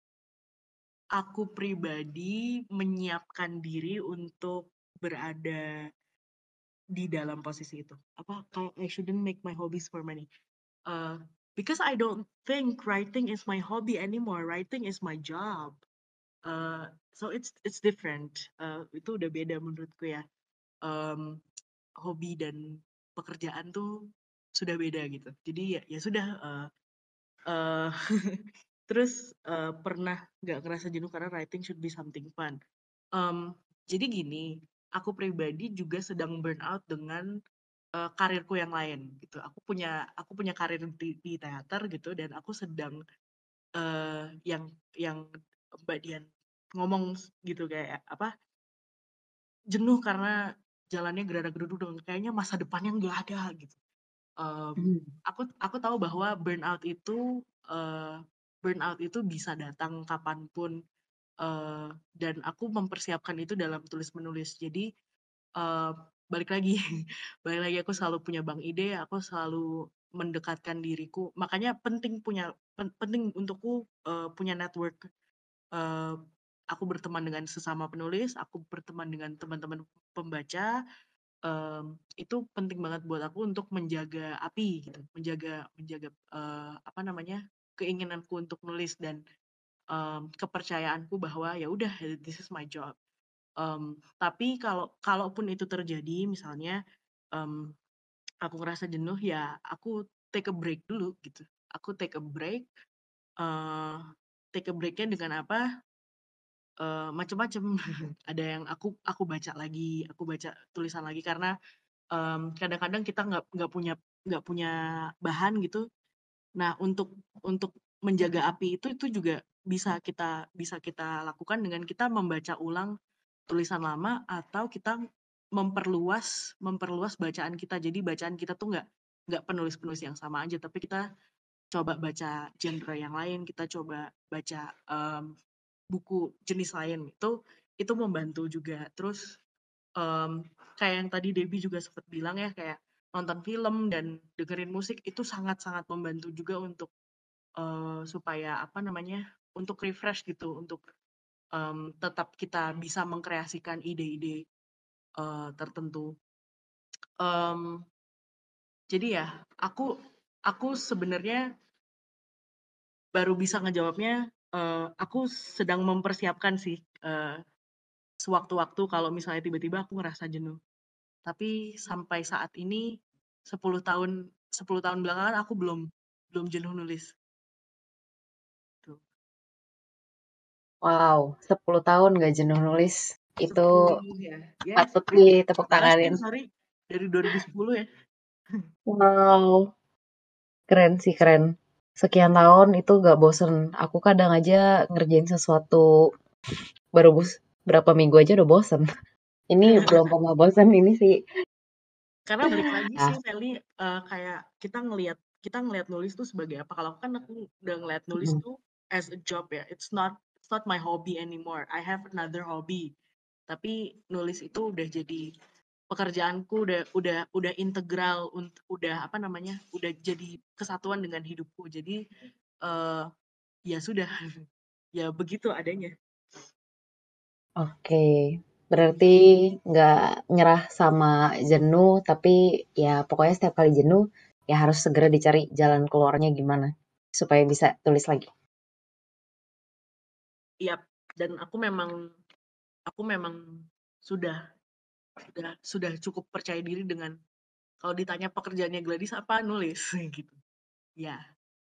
aku pribadi menyiapkan diri untuk berada di dalam posisi itu. Apa kayak I shouldn't make my hobbies for money. Uh, because I don't think writing is my hobby anymore. Writing is my job. Uh, so it's it's different. Uh, itu udah beda menurutku ya. Um, hobi dan pekerjaan tuh sudah beda gitu. Jadi ya ya sudah. Uh, uh, terus uh, pernah nggak ngerasa jenuh karena writing should be something fun. Um, jadi gini, aku pribadi juga sedang burn out dengan uh, karirku yang lain gitu. Aku punya aku punya karir di, di teater gitu dan aku sedang uh, yang yang Mbak Dian ngomong gitu kayak apa jenuh karena jalannya gerada-geruduk dan kayaknya masa depannya nggak ada gitu. Um, Hmm. aku aku tahu bahwa burnout itu uh, burnout itu bisa datang kapanpun uh, dan aku mempersiapkan itu dalam tulis menulis. Jadi uh, balik lagi balik lagi aku selalu punya bank ide, aku selalu mendekatkan diriku. Makanya penting punya pen- penting untukku uh, punya network. Uh, aku berteman dengan sesama penulis, aku berteman dengan teman-teman pembaca. Um, itu penting banget buat aku untuk menjaga api gitu, menjaga menjaga uh, apa namanya keinginanku untuk nulis dan um, kepercayaanku bahwa ya udah this is my job. Um, tapi kalau kalaupun itu terjadi misalnya um, aku ngerasa jenuh ya aku take a break dulu gitu. Aku take a break. Uh, take a breaknya dengan apa? Uh, macem-macem. Ada yang aku aku baca lagi, aku baca tulisan lagi karena um, kadang-kadang kita nggak nggak punya nggak punya bahan gitu. Nah untuk untuk menjaga api itu itu juga bisa kita bisa kita lakukan dengan kita membaca ulang tulisan lama atau kita memperluas memperluas bacaan kita. Jadi bacaan kita tuh nggak nggak penulis-penulis yang sama aja, tapi kita coba baca genre yang lain, kita coba baca um, buku jenis lain. Itu itu membantu juga. Terus um, kayak yang tadi Debbie juga sempat bilang ya kayak nonton film dan dengerin musik itu sangat-sangat membantu juga untuk uh, supaya apa namanya untuk refresh gitu, untuk um, tetap kita bisa mengkreasikan ide-ide uh, tertentu. Um, jadi ya, aku aku sebenarnya baru bisa ngejawabnya. Uh, aku sedang mempersiapkan sih uh, sewaktu-waktu kalau misalnya tiba-tiba aku ngerasa jenuh. Tapi sampai saat ini sepuluh tahun sepuluh tahun belakangan aku belum belum jenuh nulis. Tuh. Wow, sepuluh tahun nggak jenuh nulis. Itu sepuluh ya. Ya, patut eh, ditepuk sebelas ya, tanganin. sorry. Dari dua ribu sepuluh ya. Wow, keren sih keren. Sekian tahun itu gak bosen. Aku kadang aja ngerjain sesuatu baru bus berapa minggu aja udah bosen. Ini belum pernah bosen ini sih. Karena balik lagi Ah, sih Feli, uh, kayak kita ngelihat kita ngelihat nulis tuh sebagai apa? Kalau kan aku udah ngelihat nulis mm. tuh as a job ya. It's not it's not my hobby anymore. I have another hobby. Tapi nulis itu udah jadi pekerjaanku, udah udah udah integral, untuk udah apa namanya? Udah jadi kesatuan dengan hidupku. Jadi uh, ya sudah, ya begitu adanya. Oke, berarti nggak nyerah sama jenuh, tapi ya pokoknya setiap kali jenuh ya harus segera dicari jalan keluarnya gimana supaya bisa tulis lagi. Iya, dan aku memang aku memang sudah sudah sudah cukup percaya diri dengan kalau ditanya pekerjaannya Gladys apa nulis gitu. Ya,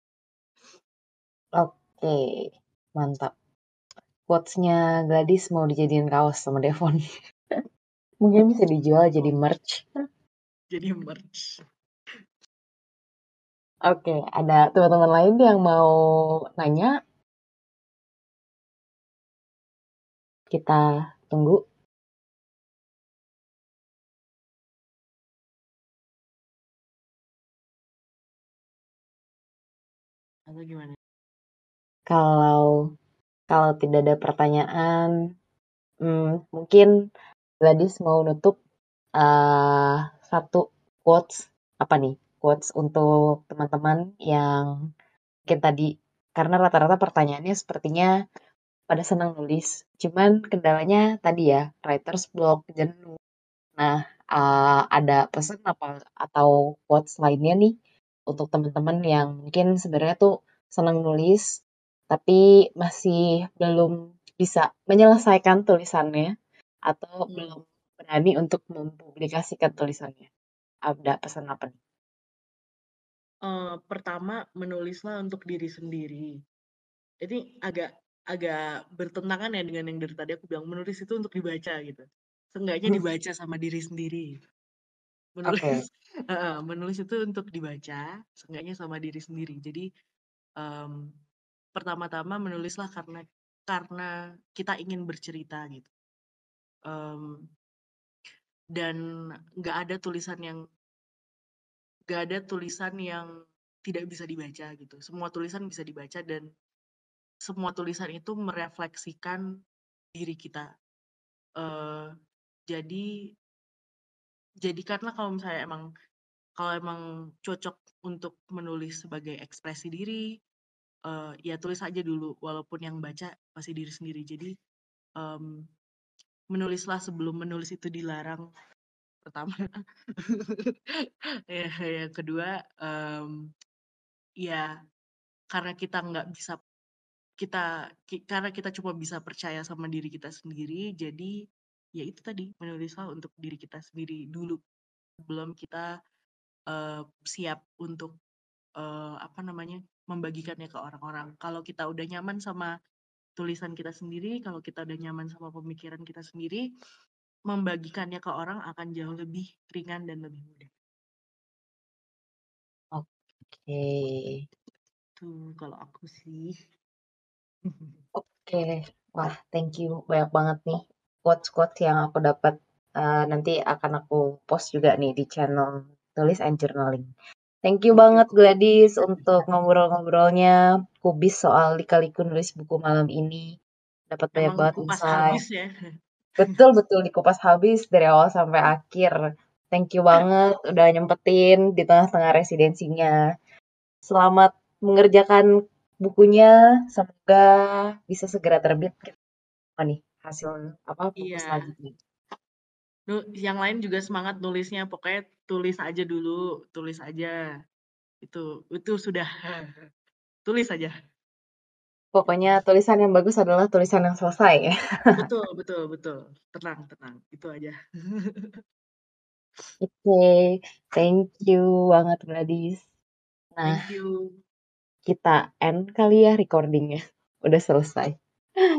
Oke, mantap. Quotes-nya Gladys mau dijadiin kaos sama Devon. Mungkin bisa dijual jadi merch. jadi merch. Oke, ada teman-teman lain yang mau nanya Kita tunggu. Atau gimana? Kalau kalau tidak ada pertanyaan, hmm, mungkin Gladys mau nutup uh, satu quotes apa nih? Quotes untuk teman-teman yang mungkin tadi, karena rata-rata pertanyaannya sepertinya pada senang nulis. Cuman kendalanya tadi ya, writer's block, jenuh. Nah, uh, ada pesan apa atau quotes lainnya nih untuk teman-teman yang mungkin sebenarnya tuh senang nulis, tapi masih belum bisa menyelesaikan tulisannya atau Hmm. belum berani untuk mempublikasikan tulisannya. Ada pesan apa nih? Uh, pertama, menulislah untuk diri sendiri. Ini agak agak bertentangan ya dengan yang dari tadi aku bilang, menulis itu untuk dibaca gitu. Seenggaknya dibaca sama diri sendiri. Menulis, Oke. uh, menulis itu untuk dibaca, seenggaknya sama diri sendiri. Jadi um, pertama-tama menulislah karena karena kita ingin bercerita gitu. Um, dan nggak ada tulisan yang nggak ada tulisan yang tidak bisa dibaca gitu. Semua tulisan bisa dibaca dan semua tulisan itu merefleksikan diri kita. Uh, jadi jadikanlah kalau misalnya emang kalau emang cocok untuk menulis sebagai ekspresi diri, uh, ya tulis aja dulu walaupun yang baca pasti diri sendiri. Jadi um, menulislah sebelum menulis itu dilarang, pertama. ya, yang kedua, um, ya karena kita nggak bisa kita ki- karena kita cuma bisa percaya sama diri kita sendiri, jadi ya itu tadi, menulislah untuk diri kita sendiri dulu sebelum kita uh, siap untuk uh, apa namanya membagikannya ke orang-orang. Kalau kita udah nyaman sama tulisan kita sendiri, kalau kita udah nyaman sama pemikiran kita sendiri, membagikannya ke orang akan jauh lebih ringan dan lebih mudah. Oke. Tuh kalau aku sih. Oke, wah thank you banyak banget nih quotes-quotes yang aku dapat. Uh, nanti akan aku post juga nih di channel Tulis and Journaling. Thank you Oke, banget oke. Gladys untuk ngobrol-ngobrolnya kubis soal lika-liku nulis buku malam ini. Dapat banyak Emang banget dikupas insight. habis ya. Betul-betul dikupas habis dari awal sampai akhir. Thank you banget udah nyempetin di tengah-tengah residensinya. Selamat mengerjakan bukunya, semoga bisa segera terbit. Apa nih hasil apa buku Iya. selanjutnya? Nu- Yang lain juga semangat nulisnya, pokoknya tulis aja dulu, tulis aja. Itu itu sudah tulis aja. Pokoknya tulisan yang bagus adalah tulisan yang selesai ya. Betul, betul, betul. Tenang, tenang. Itu aja. Oke, thank you banget Gladys. Nah, Thank you. kita end kali ya recordingnya. Udah selesai.